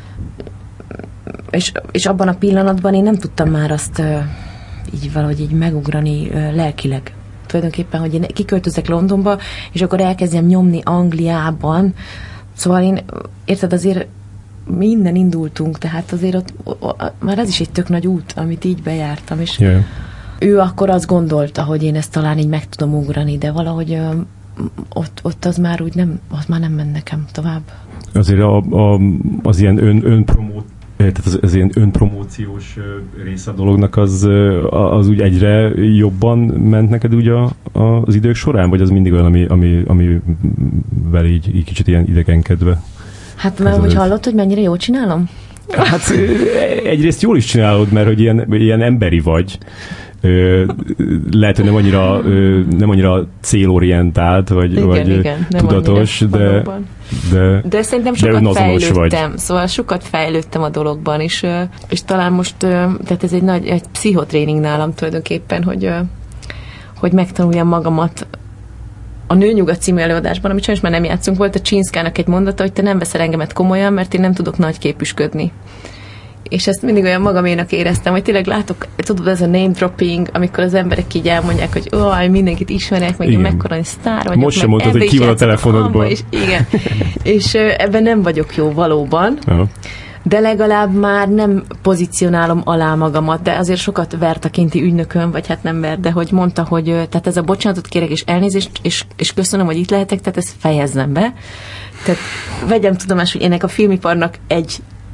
Speaker 3: és abban a pillanatban én nem tudtam már azt így valahogy így megugrani lelkileg. Tulajdonképpen, hogy én kiköltözek Londonba, és akkor elkezdjem nyomni Angliában. Szóval én, érted, azért minden indultunk, tehát azért ott már ez is egy tök nagy út, amit így bejártam, és ő akkor azt gondolta, hogy én ezt talán így meg tudom ugrani, de valahogy ott az már úgy nem, az már nem ment nekem tovább.
Speaker 1: Azért az ilyen önpromót, tehát az ilyen önpromóciós része a dolognak az úgy egyre jobban ment neked úgy az idők során, vagy az mindig olyan, amivel így kicsit ilyen idegenkedve?
Speaker 3: Hát mert hogy hallott, hogy mennyire jól csinálom?
Speaker 1: Hát egyrészt jól is csinálod, mert hogy ilyen emberi vagy. Lehet, hogy nem annyira célorientált, vagy
Speaker 3: igen,
Speaker 1: tudatos,
Speaker 3: de szerintem sokat fejlődtem. Szóval sokat fejlődtem a dologban, és talán most, tehát ez egy pszichotréning nálam tulajdonképpen, hogy megtanuljam magamat. A Nőnyugat című előadásban, amit sajnos már nem játszunk, volt a Csinszkának egy mondata, hogy te nem veszel engemet komolyan, mert én nem tudok nagy képüsködni. És ezt mindig olyan magaménak éreztem, hogy tényleg látok, tudod, ez a name dropping, amikor az emberek így elmondják, hogy mindenkit ismerek, meg én mekkora egy sztár vagyok.
Speaker 1: Most sem mondtad, hogy ki van a telefonodban.
Speaker 3: Igen. És ebben nem vagyok jó valóban. Aha. De legalább már nem pozícionálom alá magamat, de azért sokat vert a kinti ügynökön, vagy hát nem vert, de hogy mondta, hogy tehát ez a bocsánatot kérek, és elnézést, és köszönöm, hogy itt lehetek, tehát ezt fejezzem be. Tehát vegyem tudomást, hogy ennek a filmiparnak egy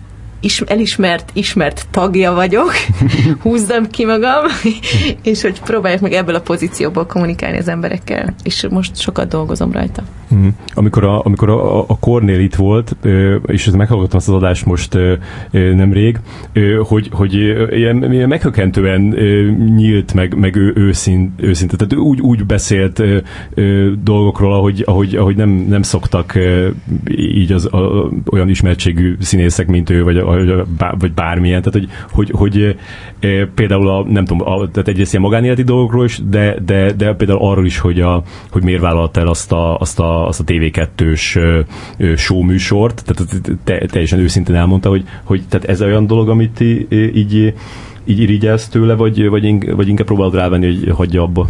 Speaker 3: ismert tagja vagyok, húzzam ki magam, és hogy próbálják meg ebből a pozícióból kommunikálni az emberekkel, és most sokat dolgozom rajta.
Speaker 1: Amikor a Kornél itt volt, és meghallgattam azt az adást most nemrég, hogy ilyen meghökkentően nyílt, meg őszinte, tehát úgy beszélt dolgokról, ahogy nem szoktak így olyan ismertségű színészek, mint ő, vagy bármilyen, tehát hogy például nem tudom, tehát egyrészt ilyen magánéleti dolgokról is, de például arról is, hogy miért vállalt el azt a TV2-s show műsort, tehát teljesen őszintén elmondta, hogy tehát ez olyan dolog, amit így irigyelsz tőle, vagy inkább próbálod rávenni, hogy hagyja abba?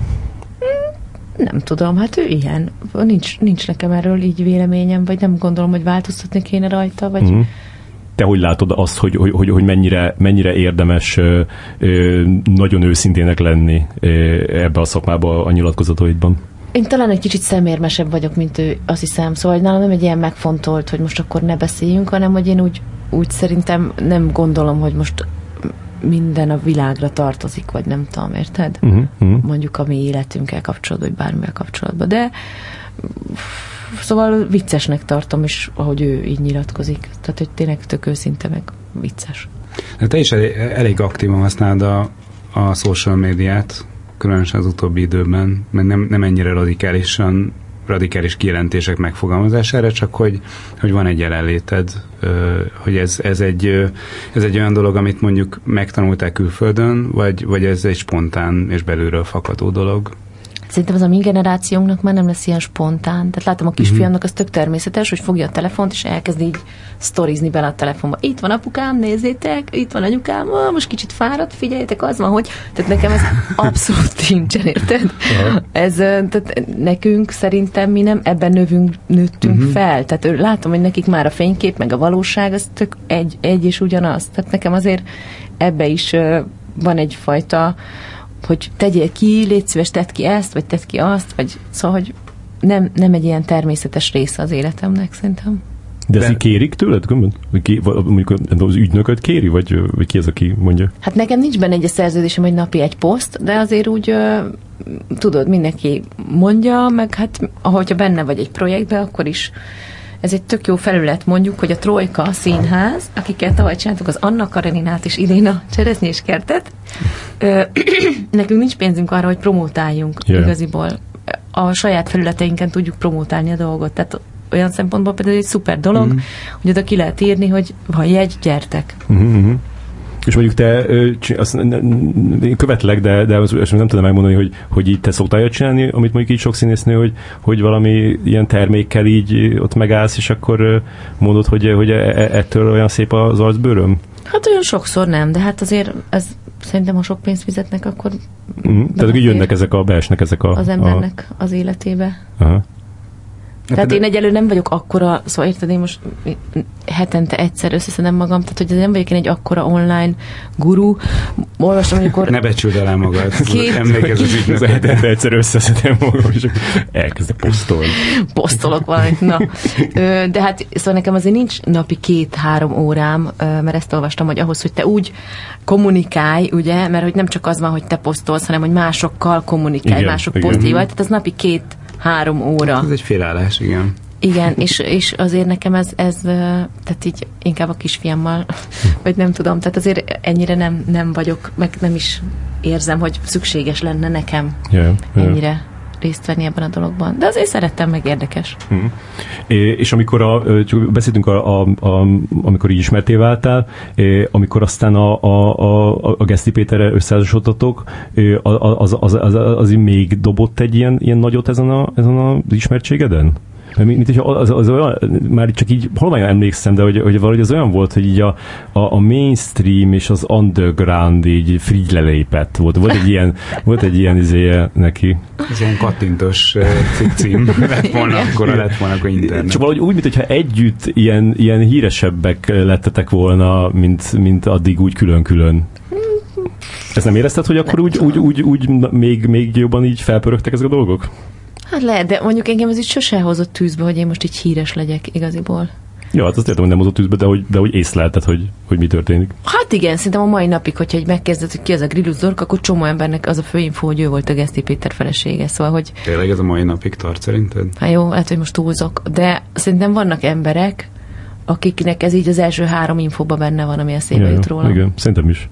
Speaker 3: Nem tudom, hát ő ilyen. Nincs nekem erről így véleményem, vagy nem gondolom, hogy változtatni kéne rajta, vagy...
Speaker 1: Te hogy látod azt, hogy mennyire érdemes nagyon őszintének lenni ebbe a szakmába a nyilatkozataidban?
Speaker 3: Én talán egy kicsit szemérmesebb vagyok, mint ő, azt hiszem. Szóval nálam nem egy ilyen megfontolt, hogy most akkor ne beszéljünk, hanem hogy én úgy szerintem nem gondolom, hogy most minden a világra tartozik, vagy nem tudom, érted? Mondjuk a mi életünkkel kapcsolatban, vagy bármivel kapcsolatban. De szóval viccesnek tartom, és ahogy ő így nyilatkozik. Tehát, hogy tényleg tök őszinte, meg vicces.
Speaker 2: De te is elég aktívan használod a social médiát, különösen az utóbbi időben, mert nem ennyire radikális kijelentések megfogalmazására, csak hogy van egy jelenléted, hogy ez egy olyan dolog, amit mondjuk megtanultál külföldön, vagy ez egy spontán és belülről fakadó dolog?
Speaker 3: Szerintem az a mi generációnknak már nem lesz ilyen spontán. Tehát látom a kisfiamnak, az tök természetes, hogy fogja a telefont, és elkezd így sztorizni bele a telefonba. Itt van apukám, nézzétek, itt van anyukám, most kicsit fáradt, figyeljetek, az van, hogy... Tehát nekem ez abszolút nincsen, érted? Ez, tehát nekünk szerintem mi nem ebben nőttünk fel. Tehát látom, hogy nekik már a fénykép, meg a valóság, az tök egy és ugyanaz. Tehát nekem azért ebbe is van egyfajta, hogy tegyél ki, légy szíves, tedd ki ezt, vagy tedd ki azt, vagy szóval, hogy nem egy ilyen természetes része az életemnek, szerintem.
Speaker 1: De ezt kérik tőled? Mondjuk az ügynököt kéri, vagy ki az, aki mondja?
Speaker 3: Hát nekem nincs benne egy szerződésem, hogy napi egy poszt, de azért úgy tudod, mindenki mondja, meg hát ahogyha benne vagy egy projektben, akkor is ez egy tök jó felület, mondjuk, hogy a Trojka Színház, akikkel tavaly csináltuk az Anna Kareninát és idén a Cseresznyés kertet, Nekünk nincs pénzünk arra, hogy promótáljunk igaziból. A saját felületeinken tudjuk promótálni a dolgot. Tehát olyan szempontból például egy szuper dolog, hogy oda ki lehet írni, hogy van jegy, gyertek.
Speaker 1: És mondjuk te, én követlek, de azt nem tudom megmondani, hogy így te szoktál olyat csinálni, amit mondjuk így sok színésznő, hogy valami ilyen termékkel így ott megállsz, és akkor mondod, hogy ettől olyan szép az arcbőröm?
Speaker 3: Hát olyan sokszor nem, de hát azért ez szerintem, ha sok pénzt fizetnek, akkor...
Speaker 1: Tehát hogy jönnek beesnek ezek
Speaker 3: az embernek az életébe.
Speaker 1: Aha.
Speaker 3: Tehát én egyelőre nem vagyok akkora, szóval érted, én most hetente egyszer összeszedem magam, tehát hogy nem vagyok én egy akkora online guru. Olvastam, hogy akkor...
Speaker 2: Ne becsüld alá magad. Emlékezz az ügynököt.
Speaker 1: Hetente egyszer összeszedem magam, és elkezdek posztolni.
Speaker 3: Posztolok valamit, na. De hát szóval nekem azért nincs napi 2-3 órám, mert ezt olvastam, hogy ahhoz, hogy te úgy kommunikálj, ugye, mert hogy nem csak az van, hogy te posztolsz, hanem hogy másokkal kommunikálj, igen, mások posztjai vagy, tehát az napi 2-3 óra.
Speaker 2: Ez egy félállás, igen.
Speaker 3: Igen, és azért nekem ez tehát így inkább a kisfiammal, vagy nem tudom, tehát azért ennyire nem vagyok, meg nem is érzem, hogy szükséges lenne nekem ennyire részt venni ebben a dologban. De azért szerettem, meg érdekes.
Speaker 1: És amikor beszéltünk amikor így ismerté váltál, amikor aztán a Geszti Péterrel összeházasodtatok, az még dobott egy ilyen nagyot ezen az ismertségeden? Mint hogyha az olyan, már csak így halványan emlékszem, de hogy valahogy az olyan volt, hogy így a mainstream és az underground így frigy lelépett volt. Volt egy ilyen izéje neki.
Speaker 2: Ez ilyen kattintos cím lett volna, akkor internet.
Speaker 1: Csak valahogy úgy, mintha együtt ilyen híresebbek lettetek volna, mint addig úgy külön-külön. Ezt nem érezted, hogy akkor úgy még jobban így felpörögtek ezek a dolgok?
Speaker 3: Hát lehet, de mondjuk engem ez így sose hozott tűzbe, hogy én most így híres legyek igaziból.
Speaker 1: Ja, hát azt értem, hogy nem hozott tűzbe, de hogy észlelted, hogy mi történik.
Speaker 3: Hát igen, szerintem a mai napig, hogyha egy megkezdett, hogy ki az a Grillus Dorka, akkor csomó embernek az a főinfó, hogy ő volt a Geszti Péter felesége, szóval, hogy...
Speaker 2: Tényleg ez a mai napig tart szerinted?
Speaker 3: Hát jó, hát, hogy most túlzok, de szerintem vannak emberek, akiknek ez így az első 3 infóban benne van, ami eszébe jut róla.
Speaker 1: Igen, szerintem is.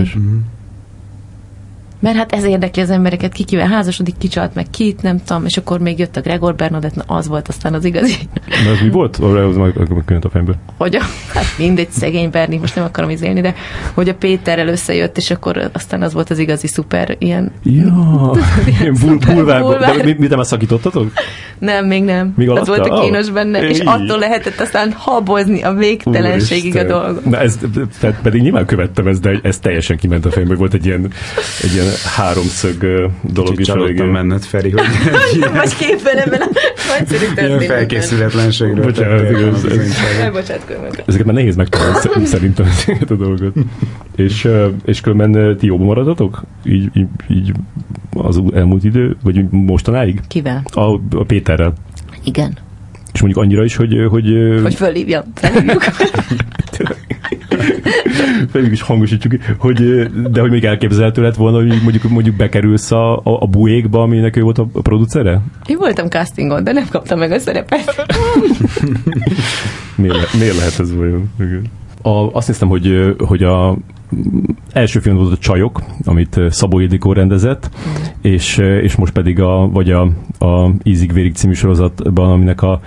Speaker 3: Mert hát ez érdekli az embereket, kivel házasodik, kicsalt meg kit, nem tudom, és akkor még jött a Gregor Bernadett, az volt aztán az igazi.
Speaker 1: De ez mi volt? Az majd könyvent a fejemből.
Speaker 3: Hogy hát mindegy, szegény Berni, most nem akarom izélni, de hogy a Péterrel összejött, és akkor aztán az volt az igazi szuper, ilyen...
Speaker 1: Ja, ilyen bulvár. De mit nem szakítottatok?
Speaker 3: Nem, még nem. Az volt a kínos benne, és attól lehetett aztán habozni a végtelenségig a dolgot.
Speaker 1: Na ez pedig nyilván követtem ezt, de ez teljesen kiment a fejemből, volt egy ilyen háromszög dolog is.
Speaker 2: Csalódtam benned, Feri, hogy...
Speaker 3: Most képen ebben a nagyszerű történetben.
Speaker 2: Ilyen felkészületlenségről.
Speaker 3: Bocsánat, különben.
Speaker 1: Ezeket már nehéz megtalálni szerintem ezeket a dolgokat. És különben ti jóban maradtatok? Így az elmúlt idő? Vagy mostanáig?
Speaker 3: Kivel?
Speaker 1: A Péterrel.
Speaker 3: Igen.
Speaker 1: És mondjuk annyira is, hogy
Speaker 3: fölhívjam.
Speaker 1: Felhívjuk is hangosítsuk, de hogy még elképzelhető lett volna, hogy mondjuk bekerülsz a Buékba, aminek ő volt a producere?
Speaker 3: Én voltam castingon, de nem kaptam meg a szerepet.
Speaker 1: Miért lehet ez vajon? Azt néztem, hogy a első film volt a Csajok, amit Szabó Ildikó rendezett, és most pedig a Ízig-vérig című sorozatban, aminek a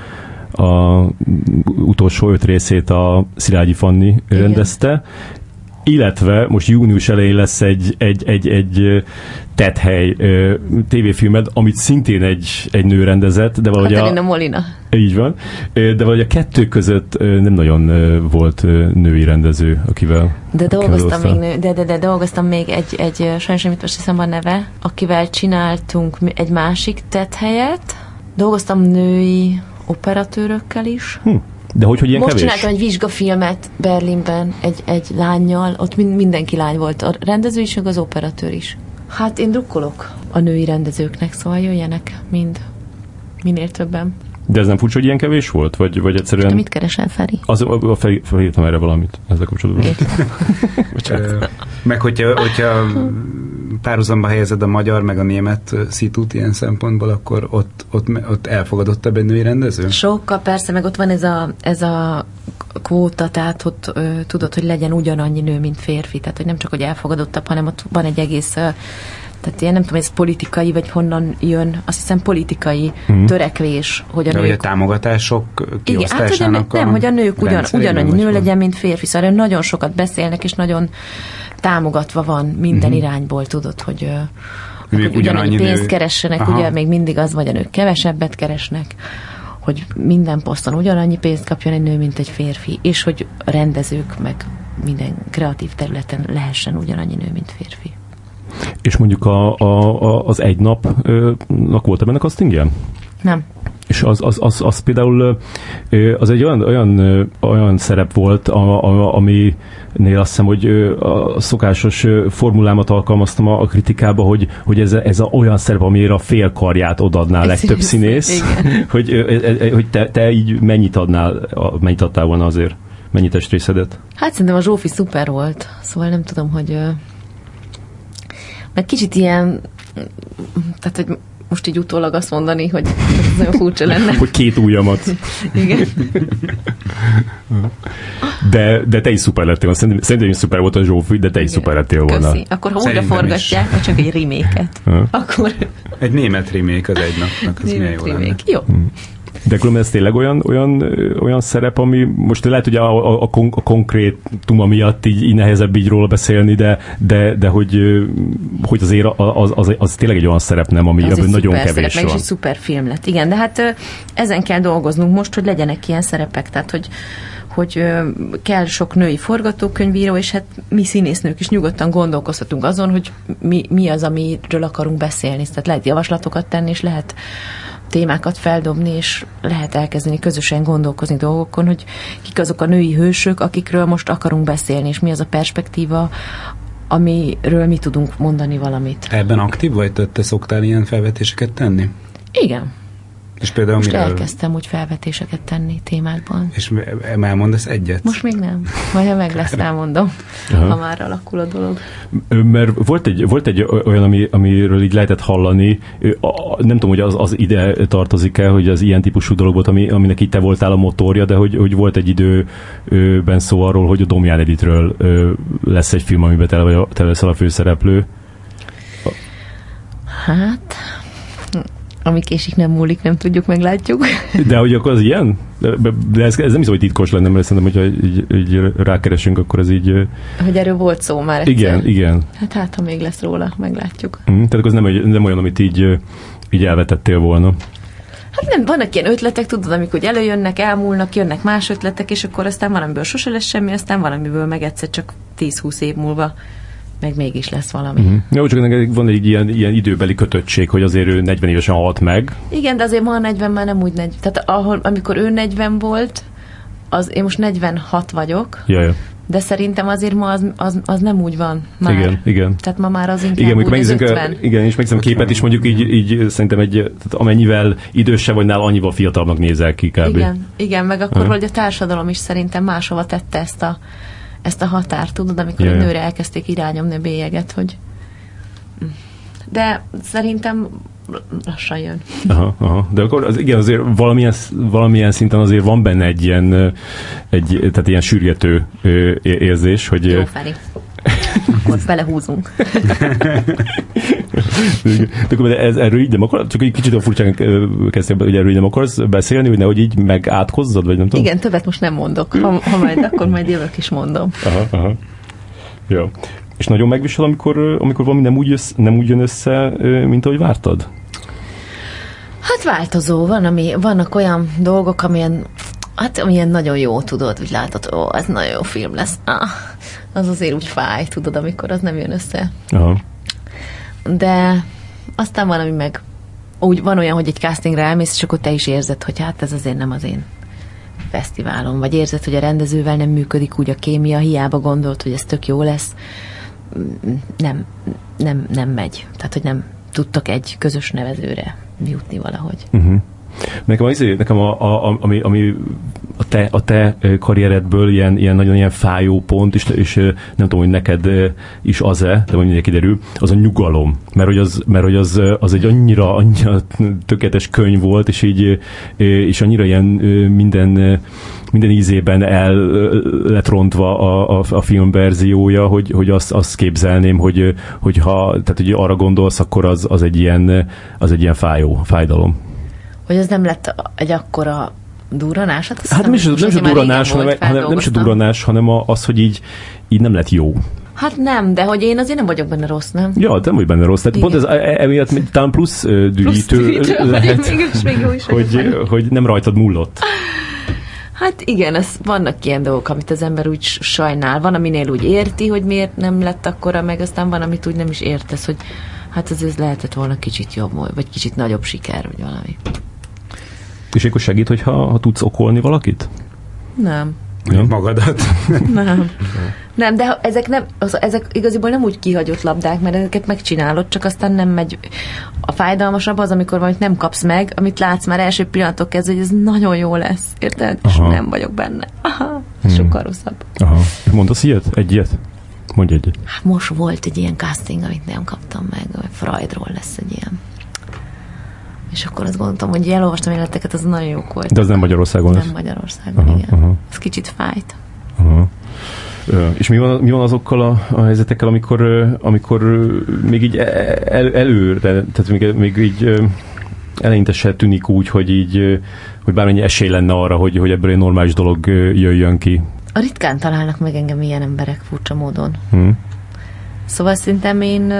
Speaker 1: utolsó 5 részét a Szilágyi Fanni rendezte, illetve most június elején lesz egy Tethely tévéfilmed, amit szintén egy nő rendezett, de valahogy
Speaker 3: Katalina Molina.
Speaker 1: Így van, de valahogy a kettő között nem nagyon volt női rendező, akivel
Speaker 3: de dolgoztam még egy sajnos nem itt most hiszem a neve, akivel csináltunk egy másik Tethelyet. Dolgoztam női operatőrökkel is.
Speaker 1: De hogy ilyen
Speaker 3: most
Speaker 1: kevés?
Speaker 3: Csináltam egy vizsgafilmet Berlinben egy lánnyal, ott mindenki lány volt, a rendező is, meg az operatőr is. Hát én drukkolok a női rendezőknek, szóval jöjjenek minél többen.
Speaker 1: De ez nem furcsa, hogy ilyen kevés volt? Vagy egyszerűen...
Speaker 3: Te mit keresel, Feri?
Speaker 1: Felírtam erre valamit ezzel kapcsolatban.
Speaker 2: Meg hogyha párhuzamba helyezed a magyar meg a német szitút ilyen szempontból, akkor ott elfogadottabb egy női rendező?
Speaker 3: Sokkal, persze, meg ott van ez a kvóta, tehát ott tudod, hogy legyen ugyanannyi nő, mint férfi, tehát hogy nem csak, hogy elfogadottabb, hanem ott van egy egész, tehát én nem tudom, ez politikai, vagy honnan jön, azt hiszem politikai törekvés, hogy a nők...
Speaker 2: a támogatások kiosztásának
Speaker 3: igen, hogy a nők ugyanannyi nő legyen, mint férfi, szóval nagyon sokat beszélnek, és nagyon támogatva van minden irányból, tudod, hogy ugyanannyi pénzt keressenek, ugye még mindig az, vagy a nők kevesebbet keresnek, hogy minden poszton ugyanannyi pénzt kapjon egy nő, mint egy férfi, és hogy rendezők, meg minden kreatív területen lehessen ugyanannyi nő, mint férfi.
Speaker 1: És mondjuk az Egy Napnak volt ebben a castingje?
Speaker 3: Nem.
Speaker 1: És az például az egy olyan szerep volt, aminél azt hiszem, hogy a szokásos formulámat alkalmaztam a kritikába, hogy ez olyan szerep, amire a fél karját odaadná a legtöbb színész, hogy te így mennyit adtál volna azért? Mennyi testrészedet?
Speaker 3: Hát szerintem a Zsófi szuper volt, szóval nem tudom, hogy mert kicsit ilyen, tehát, hogy most így utólag azt mondani, hogy ez nagyon furcsa lenne.
Speaker 1: Hogy 2 ujjamat.
Speaker 3: Igen.
Speaker 1: De te is szuper lettél. Szerintem is szuper volt a Zsófi, de te is szuper lettél volna.
Speaker 3: Köszi. Akkor ha újra forgatják, vagy csak egy remake-et, akkor...
Speaker 2: Egy német remake az Egy Napnak, az milyen jó lenne.
Speaker 3: Jó.
Speaker 1: De különben ez tényleg olyan szerep, ami most lehet, hogy a konkrétuma miatt így nehezebb így róla beszélni, de hogy azért az tényleg egy olyan szerep, nem, ami nagyon kevés szerep, van.
Speaker 3: Meg is egy szuper film lett. Igen, de hát ezen kell dolgoznunk most, hogy legyenek ilyen szerepek, tehát hogy kell sok női forgatókönyvíró, és hát mi színésznők is nyugodtan gondolkozhatunk azon, hogy mi az, amiről akarunk beszélni. Tehát lehet javaslatokat tenni, és lehet témákat feldobni, és lehet elkezdeni közösen gondolkozni dolgokon, hogy kik azok a női hősök, akikről most akarunk beszélni, és mi az a perspektíva, amiről mi tudunk mondani valamit.
Speaker 2: Ebben aktív vagy? Te szoktál ilyen felvetéseket tenni?
Speaker 3: Igen.
Speaker 2: És például
Speaker 3: most elkezdtem úgy felvetéseket tenni témákban.
Speaker 2: És elmondasz egyet?
Speaker 3: Most még nem. Majd ha meg lesz, elmondom, ha már alakul a dolog.
Speaker 1: Mert volt egy olyan, amiről így lehetett hallani, nem tudom, hogy az ide tartozik-e, hogy az ilyen típusú dolog volt, aminek így te voltál a motorja, de hogy volt egy időben szó arról, hogy a Domján Editről lesz egy film, amiben te leszel a főszereplő.
Speaker 3: Hát... Ami késik, nem múlik, nem tudjuk, meglátjuk.
Speaker 1: De hogy akkor az ilyen? De ez nem hiszem, hogy titkos lenne, mert szerintem, hogyha így rákeresünk, akkor ez így...
Speaker 3: Hogy erről volt szó már egyszer.
Speaker 1: Igen.
Speaker 3: Hát ha még lesz róla, meglátjuk.
Speaker 1: Tehát az nem olyan, amit így elvetettél volna.
Speaker 3: Hát nem, vannak ilyen ötletek, tudod, amikor előjönnek, elmúlnak, jönnek más ötletek, és akkor aztán valamiből sose lesz semmi, aztán valamiből meg egyszer csak 10-20 év múlva meg mégis lesz valami.
Speaker 1: Jó, csak van egy ilyen időbeli kötöttség, hogy azért ő 40 évesen halt meg.
Speaker 3: Igen, de azért ma a 40 már nem úgy 40. Tehát amikor ő 40 volt, én most 46 vagyok, de szerintem azért ma az nem úgy van már.
Speaker 1: Igen.
Speaker 3: Tehát ma már az inkább úgy az 50.
Speaker 1: Igen, és megnézem képet is, mondjuk így szerintem tehát amennyivel idősebb vagy nála, annyival fiatalabbnak nézel ki kb.
Speaker 3: Igen, meg akkor, hogy a társadalom is szerintem máshova tette ezt a határt, tudod, amikor a nőre elkezdték irányomni a bélyeget, hogy... De szerintem lassan jön.
Speaker 1: Aha. De akkor azért valamilyen szinten azért van benne egy ilyen sürgető érzés, hogy...
Speaker 3: Jó, Feri. Akkor belehúzunk.
Speaker 1: De erről így nem akar, csak egy kicsit a furcsán kezdtem, hogy erről így nem akarsz beszélni, hogy nehogy így megátkozzadd, vagy nem tudom?
Speaker 3: Igen, többet most nem mondok. Ha majd, akkor majd jövök is mondom.
Speaker 1: Aha. Jó. És nagyon megvisel, amikor valami nem úgy jön össze, mint ahogy vártad?
Speaker 3: Hát változó. Vannak olyan dolgok, amilyen nagyon jó, tudod, úgy látod, ez nagyon jó film lesz. Az azért úgy fáj, tudod, amikor az nem jön össze.
Speaker 1: Aha.
Speaker 3: De aztán valami meg úgy van olyan, hogy egy castingra elmész, és akkor te is érzed, hogy hát ez azért nem az én fesztiválom, vagy érzed, hogy a rendezővel nem működik úgy a kémia, hiába gondolt, hogy ez tök jó lesz. Nem megy. Tehát, hogy nem tudtak egy közös nevezőre jutni valahogy.
Speaker 1: Uh-huh. Nekem ami a te karrieredből ilyen nagyon ilyen fájó pont, és nem tudom, hogy neked is az-e, de majd mindjárt kiderül, az a nyugalom. Mert hogy az egy annyira tökéletes könyv volt, és annyira ilyen minden ízében el lett rontva a filmverziója, hogy azt képzelném, hogy arra gondolsz, akkor az egy ilyen fájdalom.
Speaker 3: Hogy ez nem lett egy akkora durranás?
Speaker 1: Hát nem is a durranás, hanem az, hogy így nem lett jó.
Speaker 3: Hát nem, de hogy én azért nem vagyok benne rossz, nem?
Speaker 1: Ja, nem vagy benne rossz. Tehát pont ez emiatt talán plusz dühítő lehet, hogy nem rajtad múlott.
Speaker 3: Hát igen, vannak ilyen dolgok, amit az ember úgy sajnál. Van, aminél úgy érti, hogy miért nem lett akkora, meg aztán van, amit úgy nem is értesz, hogy hát azért lehetett volna kicsit jobb, vagy kicsit nagyobb siker, vagy valami.
Speaker 1: És akkor segít, hogyha tudsz okolni valakit?
Speaker 3: Nem.
Speaker 1: Ja.
Speaker 2: Magadat?
Speaker 3: Nem, de ezek igaziból nem úgy kihagyott labdák, mert ezeket megcsinálod, csak aztán nem megy. A fájdalmasabb az, amikor valamit nem kapsz meg, amit látsz már első pillanatok kezdve, hogy ez nagyon jó lesz, érted? Aha. És nem vagyok benne. Aha, sokkal rosszabb.
Speaker 1: Aha. Mondasz ilyet? Egyet? Mondj egyet.
Speaker 3: Hát most volt egy ilyen casting, amit nem kaptam meg, Freudról lesz egy ilyen. És akkor azt gondoltam, hogy elolvastam életeket, az nagyon jók volt.
Speaker 1: De az nem Magyarországon lesz?
Speaker 3: Nem Magyarországon, aha, igen. Aha. Ez kicsit fájt.
Speaker 1: Aha. És mi van azokkal a helyzetekkel, amikor még így tehát még így eleinte se tűnik úgy, hogy bármennyi esély lenne arra, hogy ebből egy normális dolog jöjjön ki?
Speaker 3: A ritkán találnak meg engem ilyen emberek furcsa módon. Szóval szerintem én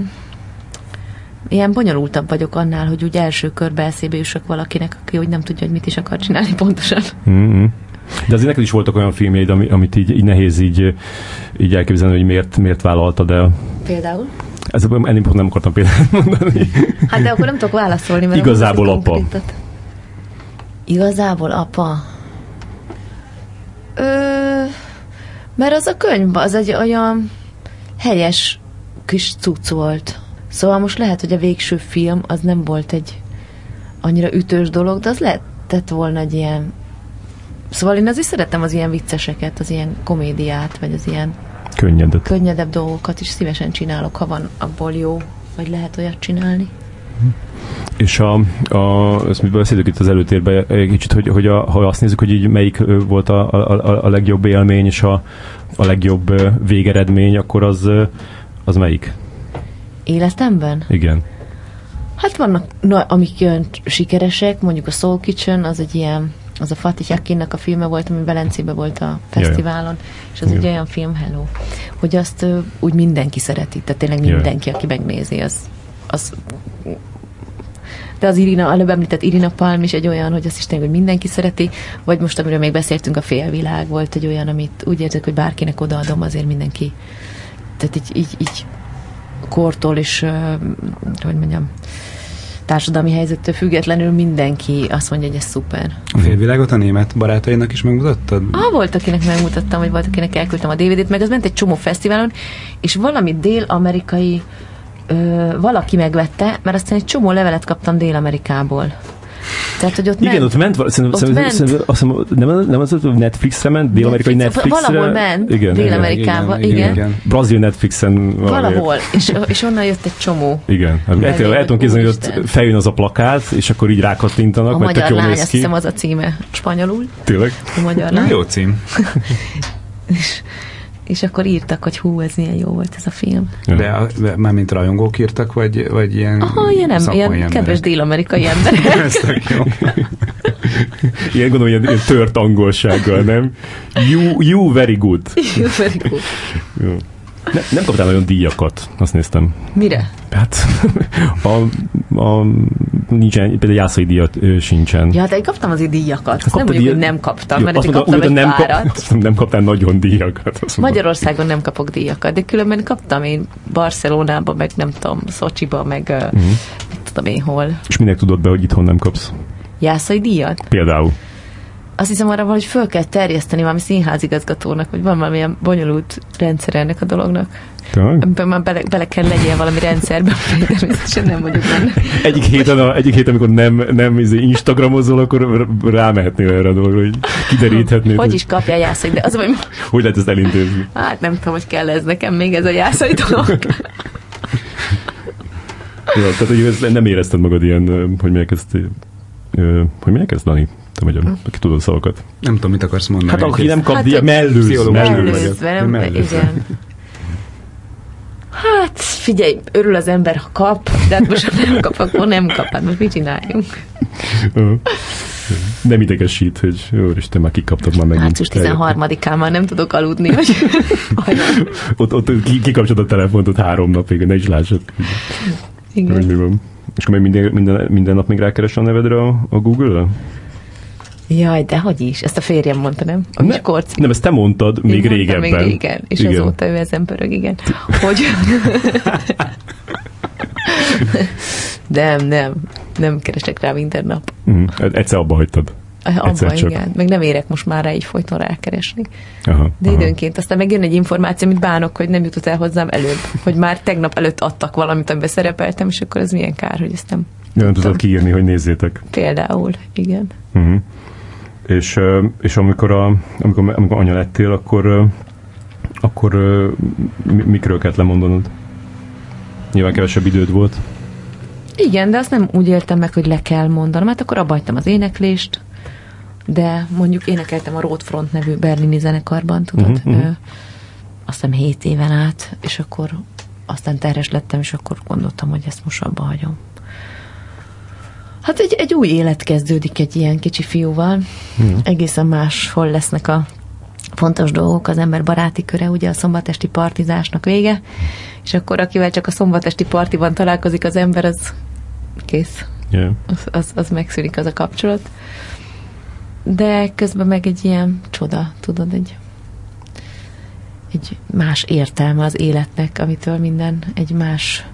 Speaker 3: ilyen bonyolultabb vagyok annál, hogy úgy első körbe eszébe jussok valakinek, aki úgy nem tudja, hogy mit is akar csinálni pontosan.
Speaker 1: De azért neked is voltak olyan filmjeid, amit így nehéz így elképzelni, hogy miért vállaltad el.
Speaker 3: Például?
Speaker 1: Ennél nem akartam például mondani.
Speaker 3: Hát de akkor nem tudok válaszolni, mert
Speaker 1: Igazából apa.
Speaker 3: Konkrétat. Igazából apa? Mert az a könyv, az egy olyan helyes kis cucc volt. Szóval most lehet, hogy a végső film az nem volt egy annyira ütős dolog, de az lehetett volna egy ilyen. Szóval én azért szeretem az ilyen vicceseket, az ilyen komédiát, vagy az ilyen könnyedebb dolgokat is szívesen csinálok, ha van abból jó, vagy lehet olyat csinálni.
Speaker 1: És ezt mi beszéltük itt az előtérben egy kicsit, hogy ha azt nézzük, hogy így melyik volt a legjobb élmény, és a legjobb végeredmény, akkor az melyik?
Speaker 3: Életemben?
Speaker 1: Igen.
Speaker 3: Hát vannak, amik olyan sikeresek, mondjuk a Soul Kitchen, az egy ilyen, az a Fatih Akinnak a filme volt, ami Velencében volt a fesztiválon, és az egy olyan film, Hello, hogy azt úgy mindenki szereti, tehát tényleg mindenki, aki megnézi, az de az előbb említett Irina Palm is egy olyan, hogy azt is tényleg, hogy mindenki szereti, vagy most, amiről még beszéltünk, a Félvilág volt egy olyan, amit úgy érzek, hogy bárkinek odaadom, azért mindenki, tehát így kortól és, hogy mondjam, társadalmi helyzettől függetlenül mindenki azt mondja, hogy ez szuper.
Speaker 2: A Félvilágot a német barátainak is megmutattad?
Speaker 3: Volt, akinek megmutattam, vagy volt, akinek elküldtem a DVD-t, meg az ment egy csomó fesztiválon, és valami dél-amerikai valaki megvette, mert aztán egy csomó levelet kaptam Dél-Amerikából. Tehát, hogy ott
Speaker 1: igen, ott ment. Szerintem nem az, hogy Netflixre ment, dél-amerikai Netflixre.
Speaker 3: Valahol ment, Dél-Amerikába, igen.
Speaker 1: Brazil Netflixen.
Speaker 3: Valahol, és onnan jött egy csomó.
Speaker 1: Igen. El tudom képzelni, hogy ott feljön az a plakát, és akkor így rákattintanak,
Speaker 3: a magyar lány, azt hiszem az a címe spanyolul.
Speaker 1: Tényleg?
Speaker 3: A magyar lány.
Speaker 2: Jó cím.
Speaker 3: És akkor írtak, hogy hú, ez milyen jó volt ez a film.
Speaker 2: De mármint rajongók írtak, vagy ilyen
Speaker 3: ilyen kedves dél-amerikai emberek.
Speaker 2: Ez tök jó.
Speaker 1: Ilyen gondolom, ilyen tört angolsággal, nem? You very good.
Speaker 3: You very good.
Speaker 1: Jó. Nem kaptál nagyon díjakat, azt néztem.
Speaker 3: Mire?
Speaker 1: Hát nincsen, például Jászai díjat sincsen.
Speaker 3: Ja, de én kaptam azért díjakat. Azt nem mondjuk, hogy nem kaptam, mert én kaptam egy párat.
Speaker 1: Nem kaptál nagyon díjakat.
Speaker 3: Magyarországon nem kapok díjakat, de különben kaptam én Barcelonában, meg nem tudom, Szocsiba, meg tudom én hol.
Speaker 1: És minek tudod be, hogy itthon nem kapsz?
Speaker 3: Jászai díjat?
Speaker 1: Például.
Speaker 3: azt hiszem arra valahogy föl kell terjeszteni valami színházigazgatónak, vagy van valamilyen bonyolult rendszer ennek a dolognak. Amiben már bele kell legyél valami rendszerbe, természetesen nem vagyok benne.
Speaker 1: Egyik héten, amikor nem instagramozol, akkor rámehetnél erre a dologra, hogy kideríthetnél.
Speaker 3: Hogy is kapja a jászai, de az,
Speaker 1: hogy lehet ezt elintézni?
Speaker 3: Hát nem tudom, hogy kell ez nekem még ez a jászai dolog.
Speaker 1: Ja, tehát, hogy nem érezted magad ilyen, hogy miért Dani? Te vagy, aki tudod szavakat.
Speaker 2: Nem tudom, mit akarsz mondani.
Speaker 1: Hát aki nem kap díjat,
Speaker 3: mellőzve. Igen. Hát figyelj, örül az ember, ha kap, de hát most ha nem kap, akkor nem kap. Hát most mit csináljunk?
Speaker 1: Nem idegesít, hogy úristen, már kikaptak már megint.
Speaker 3: Március 13-án már nem tudok aludni, hogy
Speaker 1: ott kikapcsod a telefont, ott 3 napig, ne is lássad.
Speaker 3: Igen.
Speaker 1: Hogy mi van. És akkor még minden nap még rákeres a nevedre a Google-re?
Speaker 3: Jaj, de hogy is? Ezt a férjem mondta, nem?
Speaker 1: Nem, ezt te mondtad még régebben.
Speaker 3: Még régen, és igen. Azóta ő ezen pörög, igen. Hogy... nem keresek rá minden nap.
Speaker 1: Egyszer abba hagytad.
Speaker 3: Abba, igen. Meg nem érek most már rá így folyton rákeresni.
Speaker 1: Aha.
Speaker 3: Időnként aztán megjön egy információ, amit bánok, hogy nem jutott el hozzám előbb. Hogy már tegnap előtt adtak valamit, amiben szerepeltem, és akkor ez milyen kár, hogy ezt
Speaker 1: nem tudod kiírni, hogy nézzétek.
Speaker 3: Például, igen.
Speaker 1: És amikor anya lettél, akkor mikről kellett lemondanod? Nyilván kevesebb időd volt.
Speaker 3: Igen, de azt nem úgy éltem meg, hogy le kell mondanom. Hát akkor abba hagytam az éneklést, de mondjuk énekeltem a Road Front nevű berlini zenekarban, tudod? Azt hiszem 7 éven át, és akkor aztán terhes lettem, és akkor gondoltam, hogy ezt most abba hagyom. Hát egy új élet kezdődik egy ilyen kicsi fiúval. Egészen máshol lesznek a fontos dolgok, az ember baráti köre, ugye a szombatesti partizásnak vége, és akkor akivel csak a szombatesti partiban találkozik az ember, az kész.
Speaker 1: Yeah.
Speaker 3: Az megszűnik, az a kapcsolat. De közben meg egy ilyen csoda, tudod, egy más értelme az életnek, amitől minden egy más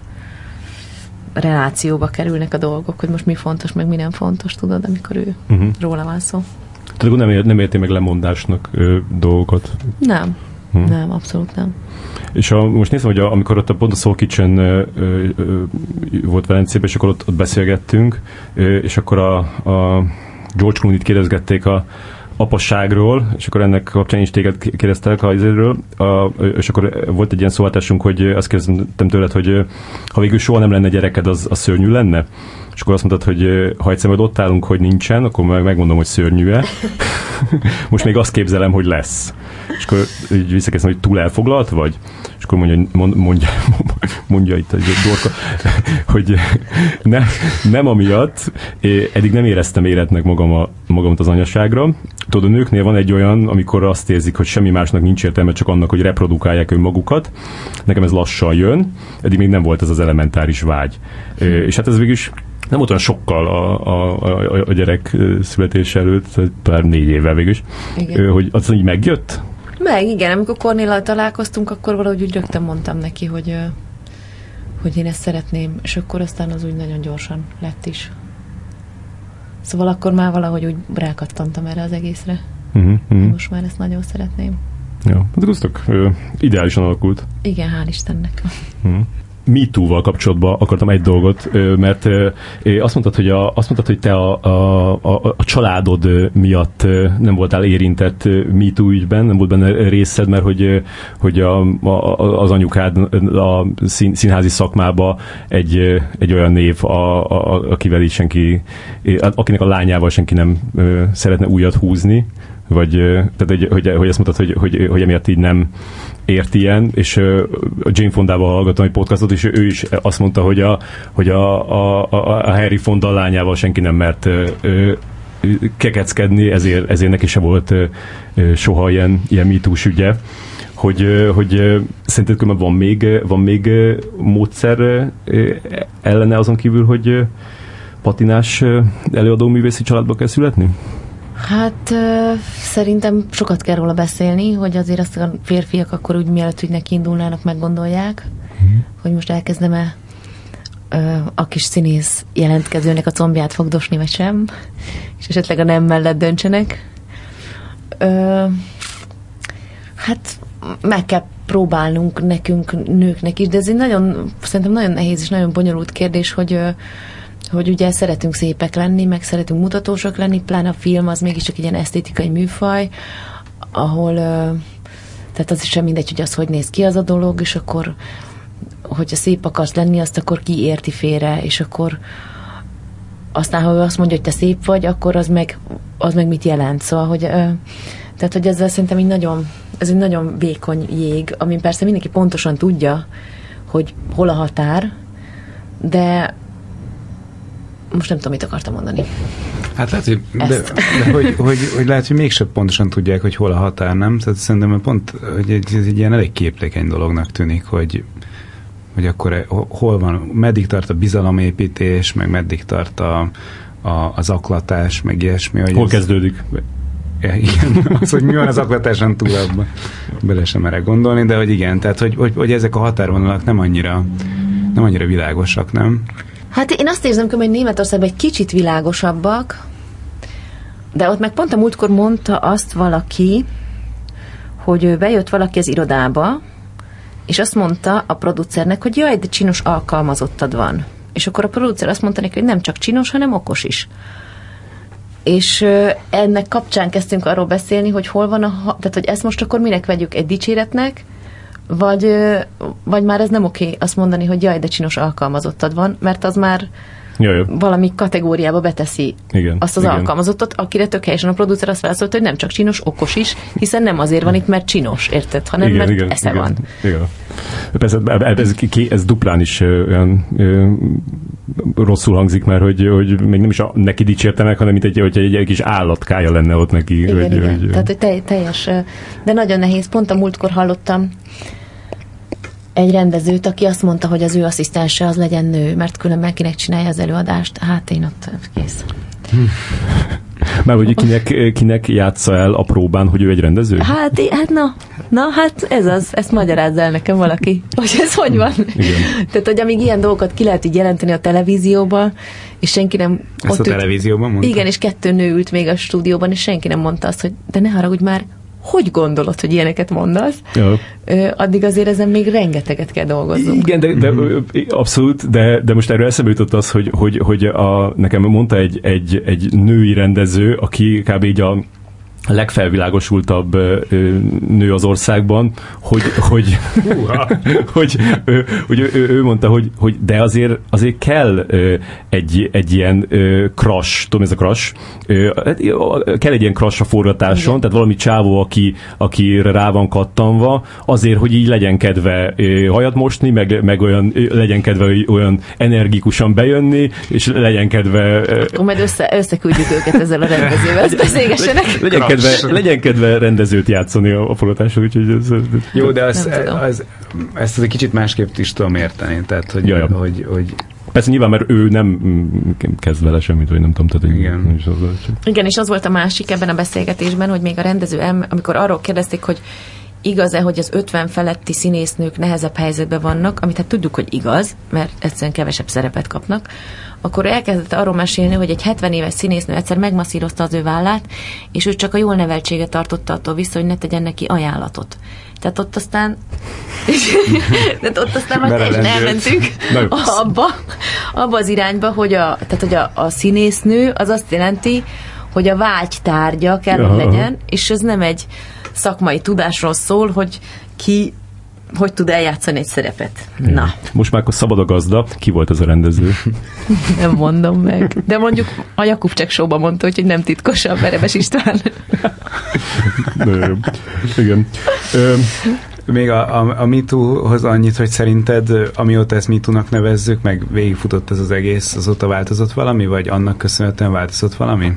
Speaker 3: relációba kerülnek a dolgok, hogy most mi fontos, meg mi nem fontos, tudod, amikor ő róla van szó.
Speaker 1: Tehát akkor nem érti meg lemondásnak dolgokat?
Speaker 3: Nem, abszolút nem.
Speaker 1: És most nézem, hogy amikor ott pont a Soul Kitchen volt Velencében, és akkor ott beszélgettünk, és akkor a George Clooney-t kérdezgették a apasságról, és akkor ennek kapcsán is téged kérdeztek azért, és akkor volt egy ilyen szóváltásunk, hogy azt kérdeztem tőled, hogy ha végül soha nem lenne gyereked, az szörnyű lenne? És akkor azt mondtad, hogy ha egyszer majd ott állunk, hogy nincsen, akkor megmondom, hogy szörnyű-e. Most még azt képzelem, hogy lesz. És akkor visszakezdem, hogy túl elfoglalt vagy? És akkor mondja itt egy Dorka, hogy nem amiatt, eddig nem éreztem életnek magamat az anyaságra. Tudod, a nőknél van egy olyan, amikor azt érzik, hogy semmi másnak nincs értelme, csak annak, hogy reprodukálják önmagukat. Nekem ez lassan jön, eddig még nem volt ez az elementáris vágy. És hát ez végülis nem volt olyan sokkal a gyerek születése előtt, talán 4 évvel végülis, hogy az így megjött?
Speaker 3: Igen, amikor Kornéllal találkoztunk, akkor valahogy úgy rögtön mondtam neki, hogy én ezt szeretném, és akkor aztán az úgy nagyon gyorsan lett is. Szóval akkor már valahogy úgy rákattantam erre az egészre. Most már ezt nagyon szeretném.
Speaker 1: Ja, hát gusztok, ideálisan alakult.
Speaker 3: Igen, hál' Istennek.
Speaker 1: MeToo-val kapcsolatban akartam egy dolgot, mert azt mondtad, hogy te a családod miatt nem voltál érintett MeToo ügyben, nem volt benne részed, mert hogy az anyukád a színházi szakmába egy olyan név, akivel így akinek a lányával senki nem szeretne újat húzni, vagy tehát, hogy azt mondtad, hogy emiatt így nem ért ilyen, és a Jane Fondával hallgattam egy podcastot, és ő is azt mondta, hogy a Harry Fonda lányával senki nem mert kekeckedni, ezért neki se volt soha ilyen MeToo-s ügye. Hogy szerinted különben van még módszer ellene azon kívül, hogy patinás előadó művészi családba kell születni?
Speaker 3: Hát szerintem sokat kell róla beszélni, hogy azért azt a férfiak akkor úgy mielőtt, hogy neki indulnának, meggondolják, hogy most elkezdem-e a kis színész jelentkezőnek a combját fogdosni, vagy sem, és esetleg a nem mellett döntsenek. Hát meg kell próbálnunk nekünk, nőknek is, de ez egy szerintem nagyon nehéz és nagyon bonyolult kérdés, hogy ugye szeretünk szépek lenni, meg szeretünk mutatósak lenni, pláne a film az mégiscsak egy ilyen esztétikai műfaj, ahol tehát az is sem mindegy, hogy az hogy néz ki az a dolog, és akkor hogyha szép akarsz lenni, azt akkor ki érti félre, és akkor aztán, ha ő azt mondja, hogy te szép vagy, akkor az meg mit jelent. Szóval, hogy tehát, hogy ezzel szerintem ez egy nagyon vékony jég, amin persze mindenki pontosan tudja, hogy hol a határ, de most nem tudom, mit akartam mondani.
Speaker 2: Hát lehet, hogy lehet, hogy mégsem pontosan tudják, hogy hol a határ, nem? Tehát szerintem pont, hogy ez egy ilyen elég képlékeny dolognak tűnik, hogy akkor hol van, meddig tart a bizalomépítés, meg meddig tart az zaklatás, meg ilyesmi.
Speaker 1: Hol kezdődik?
Speaker 2: Igen, az, hogy mi van az zaklatáson túl, abban bele sem merek gondolni, de hogy igen, tehát hogy ezek a határvonalak nem annyira világosak, nem?
Speaker 3: Hát én azt érzem, hogy Németországban egy kicsit világosabbak, de ott meg pont a múltkor mondta azt valaki, hogy bejött valaki az irodába, és azt mondta a producernek, hogy jaj, de csinos alkalmazottad van. És akkor a producer azt mondta neki, hogy nem csak csinos, hanem okos is. És ennek kapcsán kezdtünk arról beszélni, hogy hol van tehát hogy ezt most akkor minek vegyük, egy dicséretnek, vagy már ez nem oké azt mondani, hogy jaj, de csinos alkalmazottad van, mert az már valami kategóriába beteszi azt az alkalmazottat, akire tök helyesen a producer azt válaszolt, hogy nem csak csinos, okos is, hiszen nem azért van itt, mert csinos, érted, hanem mert esze van. Igen.
Speaker 1: Persze ez duplán is olyan rosszul hangzik, mert hogy még nem is neki dicsértenek, hanem mint egy kis állatkája lenne ott neki.
Speaker 3: Igen. Tehát hogy teljes, de nagyon nehéz. Pont a múltkor hallottam egy rendezőt, aki azt mondta, hogy az ő asszisztense az legyen nő, mert különben kinek csinálja az előadást. Hát én ott kész.
Speaker 1: Már hogy kinek játsza el a próbán, hogy ő egy rendező?
Speaker 3: Hát ez az, ezt magyarázza el nekem valaki, hogy ez hogy van. Igen. Tehát, hogy amíg ilyen dolgokat ki lehet így jelenteni a televízióban, és senki nem...
Speaker 2: Ezt a televízióban mondta?
Speaker 3: Igen, és 2 nő ült még a stúdióban, és senki nem mondta azt, hogy de ne haragudj már, hogy gondolod, hogy ilyeneket mondasz? Ja. Addig azért ezen még rengeteget kell dolgoznunk.
Speaker 1: Igen, de abszolút, de most erről eszembe jutott az, hogy nekem mondta egy női rendező, aki kb. Így a legfelvilágosultabb nő az országban, hogy ő mondta, hogy de azért kell egy ilyen crush, tudom, ez a crush, kell egy ilyen crush a forgatáson, tehát valami csávó, akire rá van kattanva, azért, hogy így legyen kedve hajat mosni, meg olyan legyen kedve olyan energikusan bejönni, és legyen kedve...
Speaker 3: Akkor majd összeküldjük őket ezzel a rendezővel, ezt beszélgessenek.
Speaker 1: Legyen kedve rendezőt játszani a forgatáson, úgyhogy ez...
Speaker 2: Jó, de ezt egy kicsit másképp is tudom érteni, tehát hogy
Speaker 1: persze nyilván, mert ő nem kezd vele semmit, vagy nem tudom, tehát
Speaker 2: igen.
Speaker 3: Igen, és az volt a másik ebben a beszélgetésben, hogy még a rendező, amikor arról kérdezték, hogy igaz-e, hogy az 50 feletti színésznők nehezebb helyzetben vannak, amit hát tudjuk, hogy igaz, mert egyszerűen kevesebb szerepet kapnak, akkor elkezdett arról mesélni, hogy egy 70 éves színésznő egyszer megmasszírozta az ő vállát, és ő csak a jól neveltséget tartotta attól vissza, hogy ne tegyen neki ajánlatot. Tehát ott aztán már teljesen elmentünk abba az irányba, hogy a színésznő az azt jelenti, hogy a vágy tárgya kell, hogy legyen, és ez nem egy szakmai tudásról szól, hogy ki hogy tud eljátszani egy szerepet.
Speaker 1: Igen. Na. Most már akkor szabad a gazda. Ki volt ez a rendező?
Speaker 3: Nem mondom meg. De mondjuk a Jakubcsek Show-ban mondta, hogy nem titkosan, Verebes István.
Speaker 1: Igen.
Speaker 2: Még a MeToo-hoz annyit, hogy szerinted, amióta ezt MeToo-nak nevezzük, meg végigfutott ez az egész, azóta változott valami, vagy annak köszönhetően változott valami?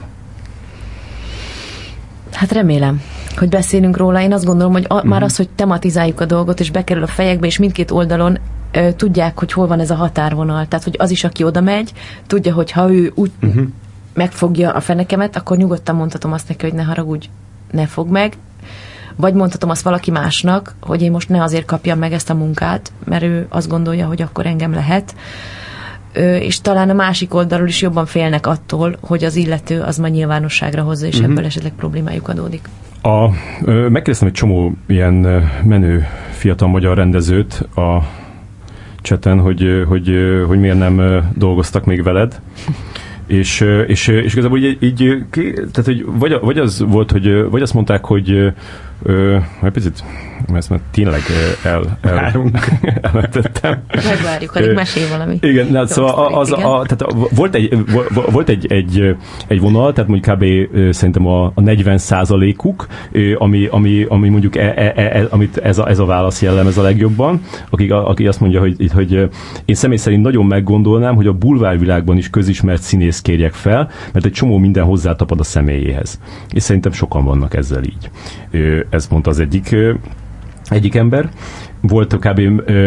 Speaker 3: Hát remélem, hogy beszélünk róla. Én azt gondolom, hogy már az, hogy tematizáljuk a dolgot, és bekerül a fejekbe, és mindkét oldalon tudják, hogy hol van ez a határvonal. Tehát, hogy az is, aki oda megy, tudja, hogy ha ő úgy megfogja a fenekemet, akkor nyugodtan mondhatom azt neki, hogy ne haragudj, ne fog meg. Vagy mondhatom azt valaki másnak, hogy én most ne azért kapjam meg ezt a munkát, mert ő azt gondolja, hogy akkor engem lehet. És talán a másik oldalról is jobban félnek attól, hogy az illető az majd nyilvánosságra hozza, és ebből esetleg problémájuk adódik.
Speaker 1: Megkérdeztem egy csomó ilyen menő fiatal magyar rendezőt a chaten, hogy miért nem dolgoztak még veled. És igazából így tehát, hogy vagy az volt, vagy azt mondták, hogy egy picit, ezt már tényleg elmentettem.
Speaker 3: Megvárjuk, addig mesélj valami.
Speaker 1: Igen, szóval tehát volt egy vonal, tehát mondjuk kb. Szerintem a 40%-uk, ami mondjuk amit ez a válasz jellemez a legjobban, aki azt mondja, hogy én személy szerint nagyon meggondolnám, hogy a bulvárvilágban is közismert színész kérjek fel, mert egy csomó minden hozzátapad a személyéhez. És szerintem sokan vannak ezzel így. Ez mondta az egyik ember. Volt kb.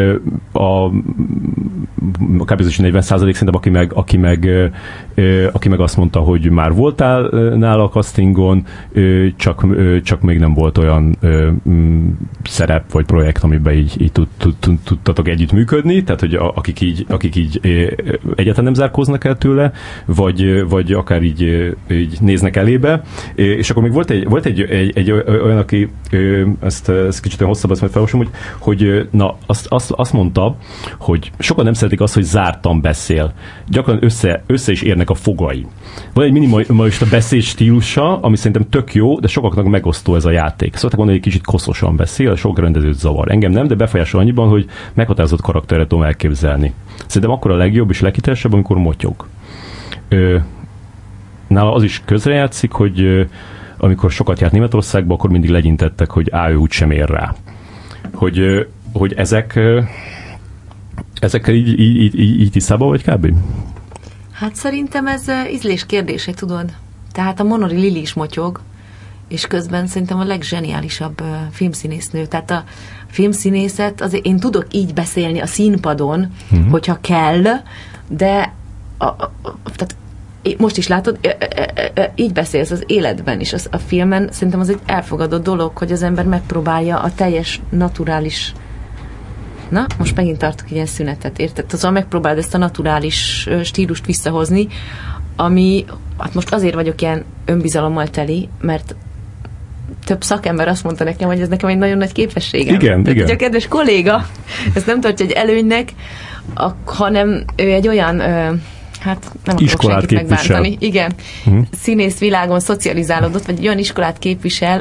Speaker 1: Kb. 40% szerintem, aki meg azt mondta, hogy már voltál nála a castingon, csak még nem volt olyan szerep vagy projekt, amiben így tudtatok együttműködni, tehát hogy akik így egyáltalán nem zárkóznak el tőle, vagy akár így néznek elébe. És akkor még volt egy olyan, aki ezt kicsit olyan hosszabb, ezt majd felolvasom, hogy azt mondta, hogy sokan nem szeretik azt, hogy zártan beszél. Gyakran össze is érnek a fogai. Van egy minimalista beszéd stílusa, ami szerintem tök jó, de sokaknak megosztó ez a játék. Szokták mondani, hogy kicsit koszosan beszél, sok rendezőt zavar. Engem nem, de befolyásol annyiban, hogy meghatározott karakteret tudom elképzelni. Szerintem akkor a legjobb és leghitelesebb, amikor motyog. Nála az is közrejátszik, hogy amikor sokat járt Németországba, akkor mindig legyintettek, hogy ő úgy sem ér rá. Hogy ezekkel így tisztában vagy kb?
Speaker 3: Hát szerintem ez ízlés kérdése, tudod. Tehát a Monori Lili is motyog, és közben szerintem a legzseniálisabb filmszínésznő. Tehát a filmszínészet, azért én tudok így beszélni a színpadon, hogyha kell, de tehát most is látod, így beszélsz az életben is, a filmen szerintem az egy elfogadott dolog, hogy az ember megpróbálja a teljes naturális. Na, most megint tartok ilyen szünetet, érted? Szóval megpróbáld ezt a naturális stílust visszahozni, ami, hát most azért vagyok ilyen önbizalommal teli, mert több szakember azt mondta nekem, hogy ez nekem egy nagyon nagy képességem.
Speaker 1: Igen.
Speaker 3: Hogy a kedves kolléga ezt nem tartja egy előnynek, hanem ő egy olyan, hát nem akarok senkit megbántani. Igen. Színész világon szocializálódott, vagy egy olyan iskolát képvisel,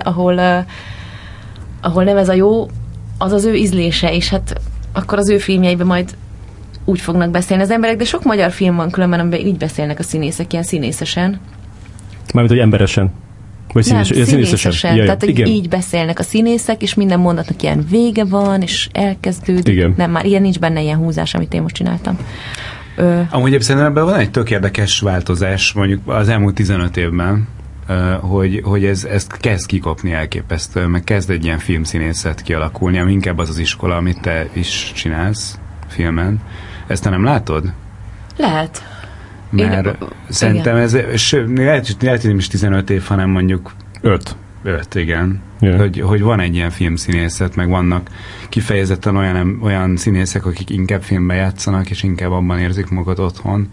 Speaker 3: ahol nem ez a jó, az az ő ízlése, és hát akkor az ő filmjeiben majd úgy fognak beszélni az emberek, de sok magyar film van különben, amiben így beszélnek a színészek, ilyen színészesen.
Speaker 1: Mármint, hogy emberesen. Vagy
Speaker 3: színészesen. Tehát, hogy így beszélnek a színészek, és minden mondatnak ilyen vége van, és elkezdődik. Igen. Nem, már ilyen nincs benne ilyen húzás, amit én most csináltam.
Speaker 2: Amúgy szerintem ebben van egy tök érdekes változás, mondjuk az elmúlt 15 évben, hogy ez kezd kikopni elképesztő, meg kezd egy ilyen filmszínészet kialakulni, ami inkább az iskola, amit te is csinálsz filmen. Ezt te nem látod?
Speaker 3: Lehet.
Speaker 2: Mert szerintem ez, lehet, hogy nem is 15 év, hanem mondjuk 5, igen. Yeah. Hogy van egy ilyen filmszínészet, meg vannak kifejezetten olyan színészek, akik inkább filmben játszanak, és inkább abban érzik magukat otthon.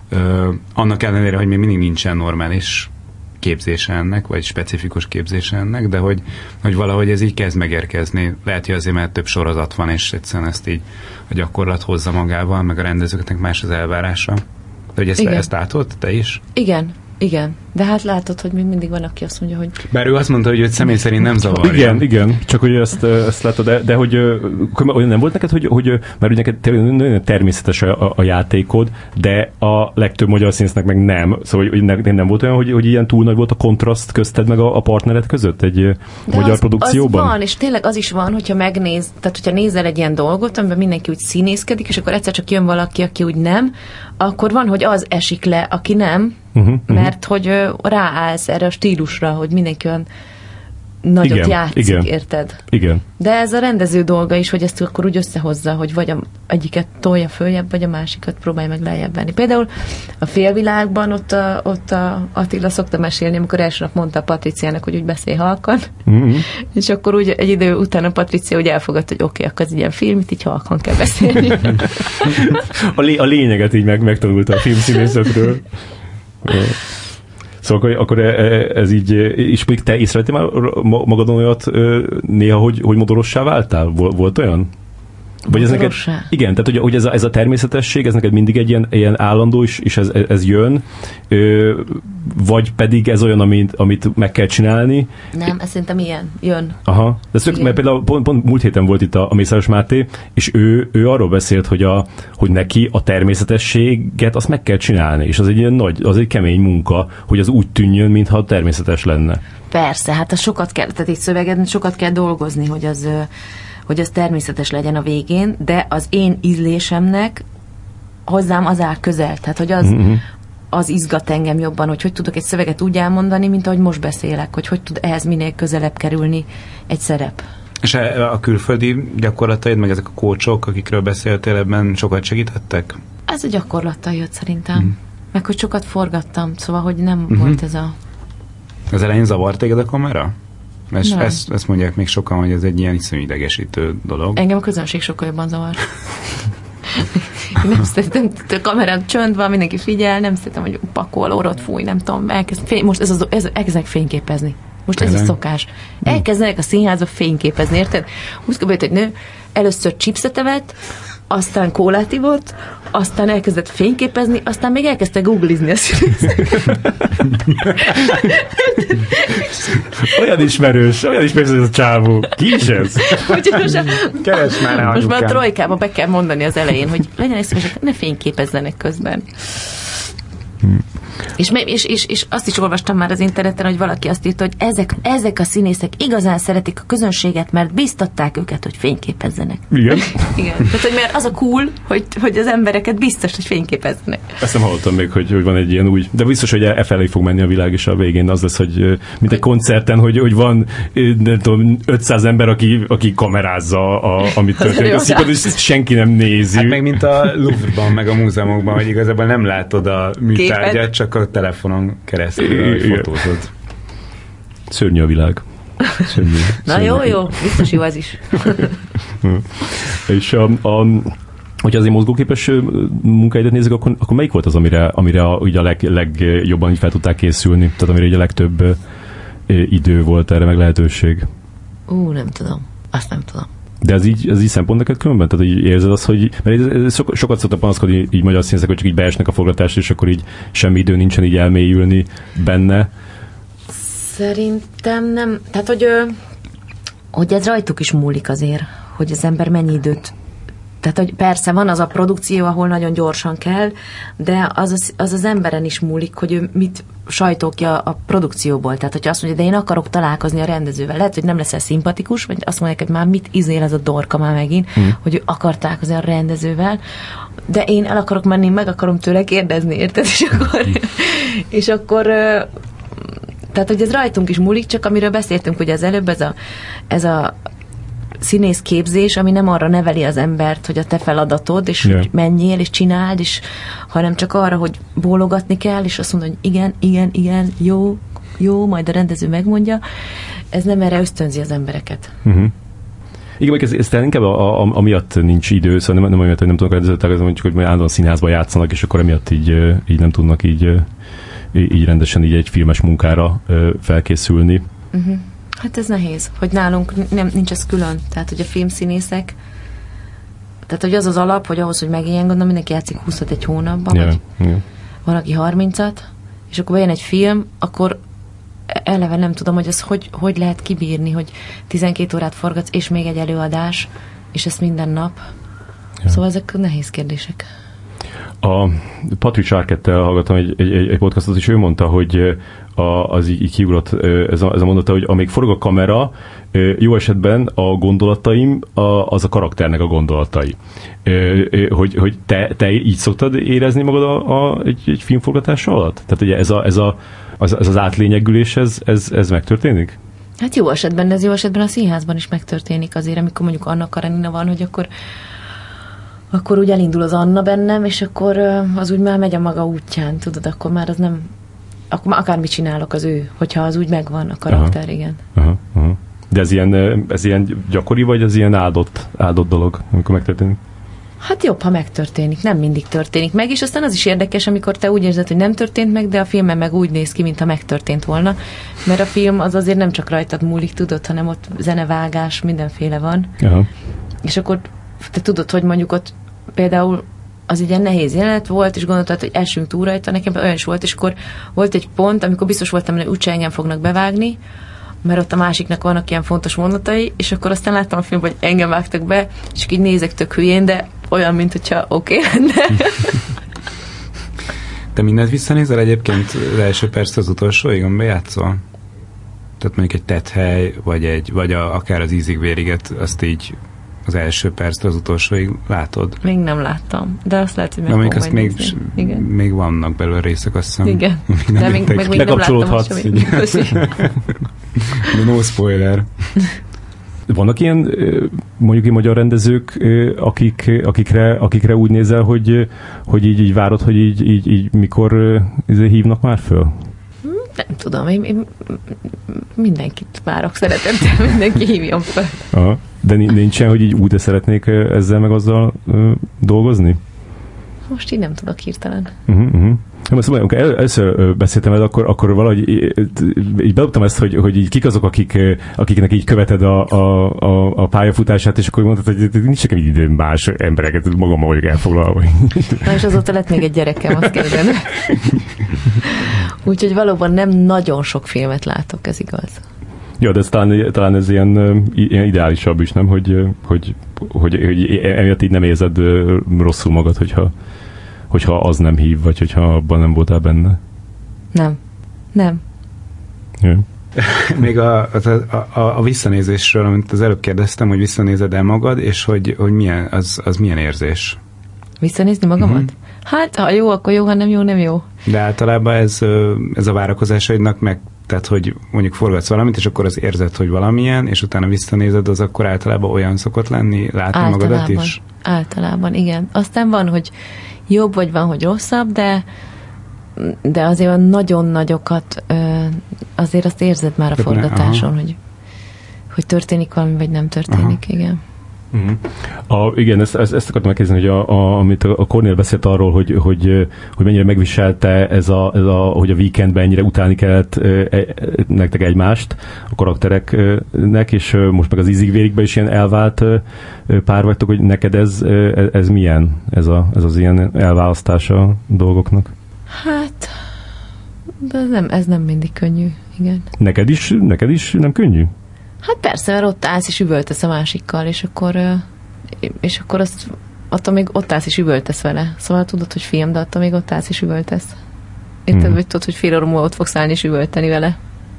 Speaker 2: Annak ellenére, hogy még mindig nincsen normális képzése ennek, vagy specifikus képzése ennek, de hogy valahogy ez így kezd megérkezni. Lehet, hogy azért, mert több sorozat van, és egyszerűen ezt így a gyakorlat hozza magával, meg a rendezőknek más az elvárása. De hogy ezt látod, te is?
Speaker 3: Igen. De hát látod, hogy még mindig van, aki azt mondja, hogy...
Speaker 2: Bár ő azt mondta, hogy személy szerint nem zavarja.
Speaker 1: Igen. Csak hogy ezt látod, de hogy olyan nem volt neked, hogy mert ugye neked nagyon természetes a játékod, de a legtöbb magyar színésznek meg nem. Szóval hogy nem volt olyan, hogy ilyen túl nagy volt a kontraszt közted meg a partnered között egy magyar produkcióban?
Speaker 3: Az van, és tényleg az is van, hogyha megnéz, tehát hogyha nézel egy ilyen dolgot, amiben mindenki úgy színészkedik, és akkor egyszer csak jön valaki, aki úgy nem, akkor van, hogy az esik le, aki nem, mert hogy ráállsz erre a stílusra, hogy mindenki olyan nagyot játszik, érted?
Speaker 1: Igen.
Speaker 3: De ez a rendező dolga is, hogy ezt akkor úgy összehozza, hogy vagy egyiket tolja följebb, vagy a másikat próbálja meg lejjebb venni. Például a Félvilágban ott a Attila szokta mesélni, amikor első nap mondta a Patriciának, hogy úgy beszél halkan, és akkor úgy egy idő után a Patricia úgy elfogadta, hogy oké, akkor ez egy ilyen film, itt így halkan kell beszélni.
Speaker 1: A lényeget így megtanulta a filmszínészetről. Szóval akkor ez így, és még te észrevettél már magadon olyat néha, hogy modorossá váltál? Volt olyan? Vagy ez neked, igen, tehát hogy ez a természetesség, ez neked mindig egy ilyen állandó, és ez jön, vagy pedig ez olyan, amit meg kell csinálni?
Speaker 3: Nem, ez szerintem ilyen, jön.
Speaker 1: Aha, mert például pont múlt héten volt itt a Mészáros Máté, és ő arról beszélt, hogy neki a természetességet azt meg kell csinálni, és az egy ilyen az egy kemény munka, hogy az úgy tűnjön, mintha természetes lenne.
Speaker 3: Persze, hát sokat kell, tehát egy szövegen sokat kell dolgozni, hogy az természetes legyen a végén, de az én ízlésemnek hozzám az áll közel. Tehát, hogy az izgat engem jobban, hogy tudok egy szöveget úgy elmondani, mint ahogy most beszélek, hogy tud ehhez minél közelebb kerülni egy szerep.
Speaker 2: És a külföldi gyakorlataid, meg ezek a kócsok, akikről beszéltél, ebben sokat segítettek?
Speaker 3: Ez a gyakorlattal jött szerintem. Meg hogy sokat forgattam, szóval, hogy nem volt ez a...
Speaker 2: Az elején zavart téged a kamera? Ezt mondják még sokan, hogy ez egy ilyen iszonyú idegesítő dolog. Engem a közönség sokkal jobban zavar. Én nem szeretem, a kamerán csönd van, mindenki figyel, nem szeretem, hogy pakol, orrot fúj, nem tudom, most elkezdenek fényképezni. Most ez a szokás. Elkezdenek a színházba fényképezni, érted? Úgy kell, hogy nő először chipset evett, aztán kólát ivott, aztán elkezdett fényképezni, aztán még elkezdte googlizni a színészek.
Speaker 1: Olyan ismerős ez a csávó. Ki is ez?
Speaker 2: Keres már
Speaker 3: most már a trojkába be kell mondani az elején, hogy legyenek szívesek, ne fényképezzenek közben. És azt is olvastam már az interneten, hogy valaki azt írta, hogy ezek a színészek igazán szeretik a közönséget, mert biztatták őket, hogy fényképezzenek.
Speaker 1: Igen.
Speaker 3: Igen. Tehát, hogy mert az a cool, hogy az embereket biztos, hogy fényképezzenek.
Speaker 1: Ezt nem hallottam még, hogy van egy ilyen új, de biztos, hogy felé fog menni a világ, és a végén az lesz, hogy mint egy koncerten, hogy van nem tudom, 500 ember, aki kamerázza, amit történik a színpadon, és senki nem nézi.
Speaker 2: Hát meg mint a Louvre-ban, meg a múzeumokban, hogy igazából nem látod a műtárgyat, csak a telefonon keresztül fotózod.
Speaker 1: Szörnyű a világ. Szörnyű.
Speaker 3: Na jó, biztos jó az is.
Speaker 1: És hogyha azért mozgóképes munkáidat nézzük, akkor melyik volt az, amire ugye a legjobban így fel tudták készülni? Tehát amire ugye a legtöbb idő volt erre, meg lehetőség?
Speaker 3: Nem tudom. Azt nem tudom.
Speaker 1: De ez így szempont neked különben? Tehát így érzed azt, hogy... Mert sokat szoktak panaszkodni így magyar színészek, hogy csak így beesnek a forgatásra, és akkor így semmi idő nincsen így elmélyülni benne.
Speaker 3: Szerintem nem. Tehát, hogy ez rajtuk is múlik azért, hogy az ember mennyi időt... Tehát, hogy persze van az a produkció, ahol nagyon gyorsan kell, de az emberen is múlik, hogy ő mit sajtókja a produkcióból. Tehát, hogyha azt mondja, de én akarok találkozni a rendezővel, lehet, hogy nem leszel szimpatikus, vagy azt mondják, hogy már mit izél ez a dorka már megint, hogy ő akar találkozni a rendezővel, de én el akarok menni, meg akarom tőle kérdezni, érted? És akkor tehát, hogy ez rajtunk is múlik, csak amiről beszéltünk ugye az előbb, ez a színész képzés, ami nem arra neveli az embert, hogy a te feladatod, és hogy menjél, és csináld, hanem csak arra, hogy bólogatni kell, és azt mondod, hogy igen, jó, majd a rendező megmondja. Ez nem erre ösztönzi az embereket.
Speaker 1: Igen, ez inkább amiatt nincs idő, szóval nem amiatt, hogy nem tudnak rendezőt találkozni, mondjuk, hogy állandóan színházban játszanak, és akkor emiatt így nem tudnak így rendesen így egy filmes munkára felkészülni.
Speaker 3: Hát ez nehéz, hogy nálunk nincs ez külön. Tehát, hogy a filmszínészek, tehát, hogy az alap, hogy ahhoz, hogy megéljen, gondolom, mindenki játszik 20-at egy hónapban, vagy valaki 30-at, és akkor bejön egy film, akkor eleve nem tudom, hogy ez hogy lehet kibírni, hogy 12 órát forgatsz, és még egy előadás, és ezt minden nap. Szóval ezek nehéz kérdések.
Speaker 1: A Patrick Arquette-tel hallgattam egy podcastot, és ő mondta, hogy az így kiugrott ez a mondata, hogy amíg forog a kamera, jó esetben a gondolataim az a karakternek a gondolatai. Hogy te így szoktad érezni magad egy filmforgatás alatt? Tehát ugye ez az átlényegülés, ez megtörténik?
Speaker 3: Hát jó esetben, de ez jó esetben a színházban is megtörténik azért, amikor mondjuk Anna Karenina van, hogy akkor úgy elindul az Anna bennem, és akkor az úgy már megy a maga útján, tudod, akkor már az nem, akkor már akármit csinálok az ő, hogyha az úgy megvan a karakter, igen.
Speaker 1: Aha. De ez ilyen gyakori, vagy ez ilyen áldott dolog, amikor megtörténik?
Speaker 3: Hát jobb, ha megtörténik. Nem mindig történik meg, és aztán az is érdekes, amikor te úgy érzed, hogy nem történt meg, de a filmben meg úgy néz ki, mintha megtörtént volna. Mert a film az azért nem csak rajtad múlik, tudod, hanem ott zenevágás, mindenféle van.
Speaker 1: Aha.
Speaker 3: És akkor te tudod, hogy mondjuk ott például az egy ilyen nehéz jelenet volt, és gondoltad, hogy esünk túl rajta, nekem olyan is volt, és akkor volt egy pont, amikor biztos voltam, hogy úgyse engem fognak bevágni, mert ott a másiknak vannak ilyen fontos mondatai, és akkor aztán láttam a filmben, hogy engem vágtak be, és így nézek tök hülyén, de olyan, mint hogyha oké lenne.
Speaker 2: Te mindent visszanézel egyébként az első perc az utolsóig, amiben játszol? Tehát mondjuk egy tetthely, vagy akár az ízig-vériget, azt így az első perctől az utolsóig látod?
Speaker 3: Még nem láttam, de azt lehet, hogy meg
Speaker 2: fogom majd nézni. Még vannak belőle részek, azt hiszem.
Speaker 3: Igen, de még nem láttam
Speaker 1: de no spoiler. Vannak ilyen mondjuk magyar rendezők, akikre úgy nézel, hogy így várod, hogy így mikor hívnak már föl?
Speaker 3: Nem tudom, én mindenkit várok, szeretettel, mindenki hívjon fel.
Speaker 1: Aha. De nincsen, hogy így úgy szeretnék ezzel meg azzal dolgozni?
Speaker 3: Most így nem tudok hirtelen.
Speaker 1: Szóval, amikor először beszéltem veled, akkor valahogy így bedobtam ezt, hogy így kik azok, akiknek így követed a pályafutását, és akkor mondtad, hogy nincs nekem idő más embereket, magammal vagyok elfoglalva.
Speaker 3: Na és azóta lett még egy gyerekem, azt kérdem. Úgyhogy valóban nem nagyon sok filmet látok, ez igaz.
Speaker 1: Ja, de ez talán ez ilyen ideálisabb is, nem? Hogy emiatt így nem érzed rosszul magad, hogyha az nem hív, vagy hogyha abban nem voltál benne. Nem. Ja.
Speaker 2: Még a visszanézésről, amit az előbb kérdeztem, hogy visszanézed el magad, és hogy milyen, az milyen érzés?
Speaker 3: Visszanézni magamat? Hát, ha jó, akkor jó, ha nem jó, nem jó.
Speaker 2: De általában ez a várakozásaidnak meg, tehát, hogy mondjuk forgatsz valamit, és akkor az érzed, hogy valamilyen, és utána visszanézed, az akkor általában olyan szokott lenni, látni magadat is?
Speaker 3: Általában, igen. Aztán van, hogy jobb, vagy van, hogy rosszabb, de azért a nagyon nagyokat azért azt érzed már a forgatáson, hogy történik valami, vagy nem történik, igen.
Speaker 1: Igen, ezt akartam megkérdezni, hogy amit a Kornél beszélt arról, hogy mennyire megviselte hogy a Weekendben ennyire utálni kellett nektek egymást, a karaktereknek, és most meg az ízig-vérigben is ilyen elvált pár vagytok, hogy neked ez milyen, ez az ilyen elválasztása a dolgoknak?
Speaker 3: Hát, de ez nem mindig könnyű, igen.
Speaker 1: Neked is nem könnyű?
Speaker 3: Hát persze, mert ott állsz és üvöltesz a másikkal, és akkor attól még ott állsz és üvöltesz vele. Szóval tudod, hogy film, de attól még ott állsz és üvöltesz. Érted, vagy tudod, hogy fél óra múlva ott fogsz állni és üvölteni vele.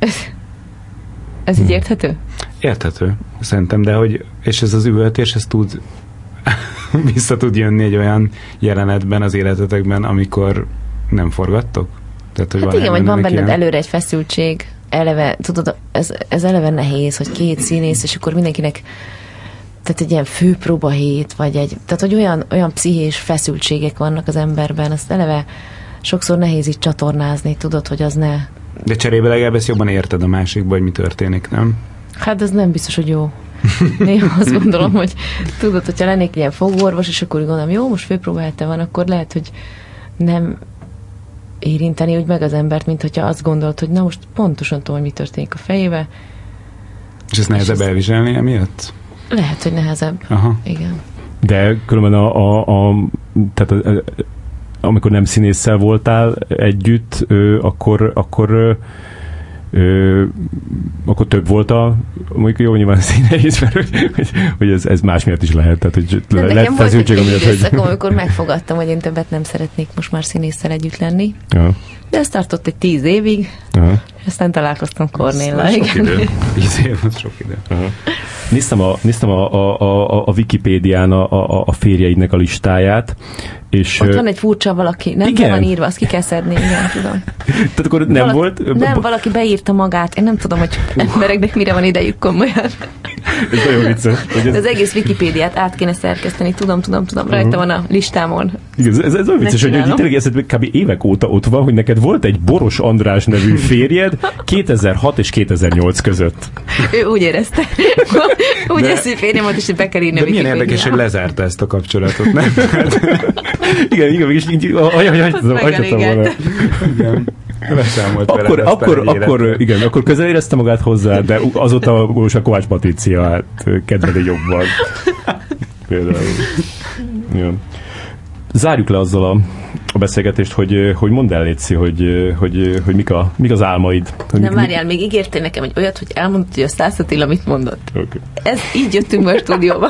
Speaker 3: Ez így érthető?
Speaker 2: Érthető, szerintem, de és ez az üvöltés, ez vissza tud jönni egy olyan jelenetben az életetekben, amikor nem forgattok? Tehát, hogy
Speaker 3: hát igen, vagy van benned előre egy feszültség, eleve, tudod, ez eleve nehéz, hogy két színész, és akkor mindenkinek tehát egy ilyen főpróba hét, tehát hogy olyan pszichés feszültségek vannak az emberben, azt eleve sokszor nehéz így csatornázni, tudod, hogy az ne...
Speaker 2: De cserébe legalább ezt jobban érted a másikba, hogy mi történik, nem?
Speaker 3: Hát ez nem biztos, hogy jó. Néha azt gondolom, hogy tudod, hogyha lennék ilyen fogorvos, és akkor gondolom, jó, most főpróbálta van, akkor lehet, hogy nem érinteni úgy meg az embert, mint hogyha azt gondolt, hogy na most pontosan tudom, hogy mi történik a fejébe.
Speaker 2: És ezt nehezebb elviselni emiatt?
Speaker 3: Lehet, hogy nehezebb.
Speaker 2: Aha.
Speaker 3: Igen.
Speaker 1: De különben tehát amikor nem színésszel voltál együtt, akkor több volt mondjuk jó, nyilván színész, mert hogy ez más miatt is lehet. Tehát, hogy
Speaker 3: nekem volt egy időszakom, amikor megfogadtam, hogy én többet nem szeretnék most már színésszel együtt lenni. Ja. De ez tartott egy 10 évig, aztán találkoztam Kornéllal.
Speaker 2: Sok idő. 10 év, az sok idő.
Speaker 1: Néztem a Wikipédián a férjeidnek a listáját, és
Speaker 3: ott van egy furcsa valaki, nem van írva, azt ki kell szedni, igen, tudom.
Speaker 1: Tehát akkor nem volt?
Speaker 3: Nem, valaki beírta magát, én nem tudom, hogy embereknek mire van idejük komolyan.
Speaker 1: Ez nagyon vicces.
Speaker 3: Az egész Wikipédiát át kéne szerkeszteni, tudom, rajta van a listámon.
Speaker 1: Igen, ez olyan vicces, hogy tényleg ez kb. Évek óta ott van, hogy neked volt egy Boros András nevű férjed 2006 és 2008 között.
Speaker 3: Ő úgy érezte. Úgy érezte, hogy férjem volt, és be kell írni a Wikipédiát.
Speaker 2: Milyen érdekes, hogy lezárta ezt a kapcsolatot, nem?
Speaker 1: Igen, mégis így hagyhatom volna.
Speaker 2: Igen.
Speaker 1: Akkor közel érezte magát hozzá, de azóta most a Kovács Patricia kedveli jobban. Például. Ja. Zárjuk le azzal a beszélgetést, hogy mondd el, Léci, hogy mik az álmaid.
Speaker 3: Nem, várjál, még ígértél nekem egy olyat, hogy elmondtad, hogy a Szász Attila mit mondott.
Speaker 1: Okay.
Speaker 3: Ez így jöttünk be a stúdióba.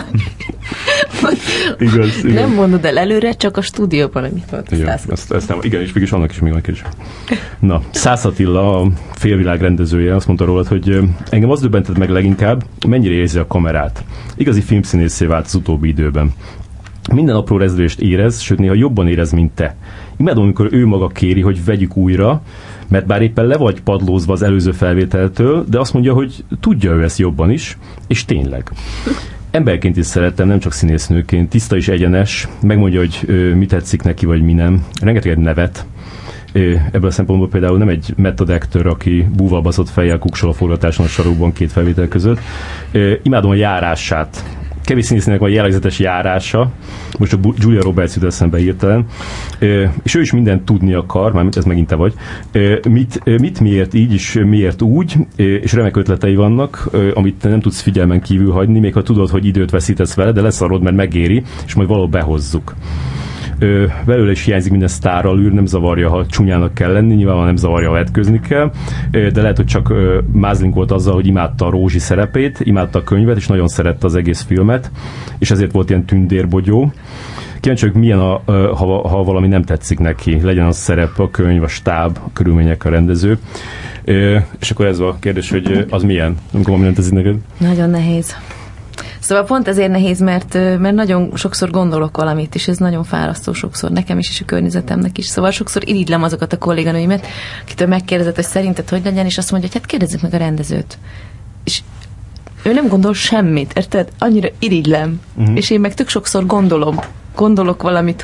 Speaker 1: Igaz.
Speaker 3: Nem mondod el előre, csak a stúdióban, hogy mit mondott a Szász.
Speaker 1: Igen, és mégis annak is még van kérdés. Na, Szász Attila, a Félvilág rendezője, azt mondta rólad, hogy engem az döbbentett meg leginkább, mennyire érzi a kamerát. Igazi filmszínészé vált az utóbbi időben. Minden apró rezdülést érez, sőt néha jobban érez, mint te. Imádom, amikor ő maga kéri, hogy vegyük újra, mert bár éppen le vagy padlózva az előző felvételtől, de azt mondja, hogy tudja ő ezt jobban is, és tényleg. Emberként is szerettem, nem csak színésznőként, tiszta és egyenes, megmondja, hogy mi tetszik neki, vagy mi nem. Rengeteget nevet. Ebből a szempontból például nem egy method actor, aki búval baszott fejjel kuksol a forgatáson a sarokban 2 felvétel között. Imádom a járását. Kevés színésznek van jellegzetes járása, most a Julia Roberts jut eszembe hirtelen, és ő is mindent tudni akar, mármint ez megint te vagy, mit miért így, és miért úgy, és remek ötletei vannak, amit nem tudsz figyelmen kívül hagyni, még ha tudod, hogy időt veszítesz vele, de leszarod, mert megéri, és majd valahol behozzuk. Belőle is hiányzik minden sztárallűr, nem zavarja, ha csúnyának kell lenni, nyilvánvalóan nem zavarja, ha vetkőzni kell, de lehet, hogy csak mázlink volt azzal, hogy imádta a Rózsi szerepét, imádta a könyvet, és nagyon szerette az egész filmet, és ezért volt ilyen tündérbogyó. Kíváncsi vagyok, milyen, ha valami nem tetszik neki, legyen az szerep, a könyv, a stáb, a körülmények, a rendező. És akkor ez a kérdés, hogy az milyen? Amikor nem tetszik neked?
Speaker 3: Nagyon nehéz. Szóval pont ezért nehéz, mert nagyon sokszor gondolok valamit, és ez nagyon fárasztó sokszor nekem is, és a környezetemnek is. Szóval sokszor irigylem azokat a kolléganőimet, akitől megkérdezett, hogy szerinted hogy legyen, és azt mondja, hogy hát kérdezzük meg a rendezőt. És ő nem gondol semmit, érted? Annyira irigylem. És én meg tök sokszor gondolok valamit,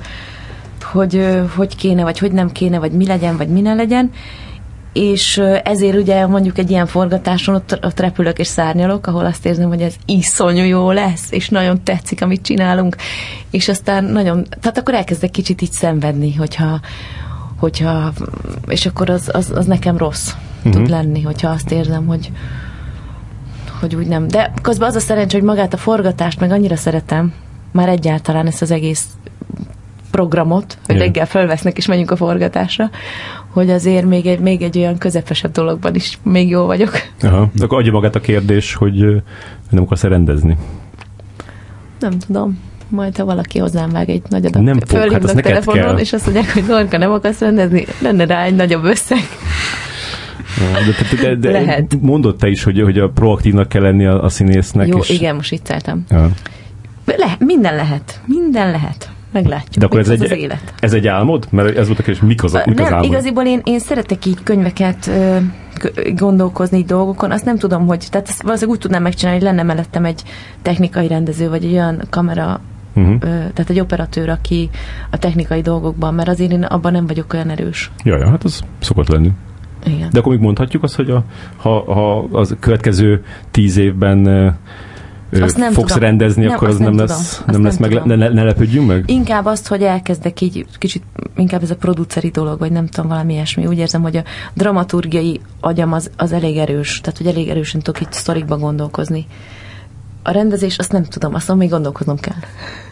Speaker 3: hogy kéne, vagy hogy nem kéne, vagy mi legyen, vagy mi ne legyen. És ezért ugye mondjuk egy ilyen forgatáson ott repülök és szárnyalok, ahol azt érzem, hogy ez iszonyú jó lesz, és nagyon tetszik, amit csinálunk, és aztán nagyon, tehát akkor elkezdek kicsit így szenvedni, hogyha és akkor az nekem rossz tud lenni, hogyha azt érzem, hogy úgy nem. De közben az a szerencsé, hogy magát a forgatást meg annyira szeretem, már egyáltalán ezt az egész programot, hogy reggel felvesznek és menjünk a forgatásra, hogy azért még egy olyan közepesebb dologban is még jó vagyok.
Speaker 1: Aha. Akkor adja magát a kérdés, hogy nem akarsz rendezni.
Speaker 3: Nem tudom. Majd, ha valaki hozzám vág egy nagy adat, fölhívnak telefonon, és azt mondják, hogy Dorka, nem akarsz rendezni, lenne rá egy nagyobb összeg.
Speaker 1: De lehet. Mondod te is, hogy a proaktívnak kell lenni a színésznek.
Speaker 3: Jó,
Speaker 1: és... igen,
Speaker 3: most vicceltem. Minden lehet. Meglátjuk.
Speaker 1: De akkor ez egy álmod? Mert ez volt a kérdés, mik az álmod?
Speaker 3: Igaziból én szeretek így könyveket gondolkozni így dolgokon. Azt nem tudom, hogy... Tehát ezt valószínűleg úgy tudnám megcsinálni, hogy lenne mellettem egy technikai rendező, vagy egy olyan kamera, tehát egy operatőr, aki a technikai dolgokban, mert azért én abban nem vagyok olyan erős.
Speaker 1: Jaj, hát az szokott lenni.
Speaker 3: Igen.
Speaker 1: De akkor még mondhatjuk azt, hogy ha az következő 10 évben fogsz rendezni, akkor az nem lesz meg, ne lepődjünk meg?
Speaker 3: Inkább azt, hogy elkezdek így kicsit, inkább ez a produceri dolog, vagy nem tudom, valami ilyesmi. Úgy érzem, hogy a dramaturgiai agyam az elég erős, tehát hogy elég erősen tudok így sztorikba gondolkozni. A rendezés, azt nem tudom, azt még gondolkoznom kell.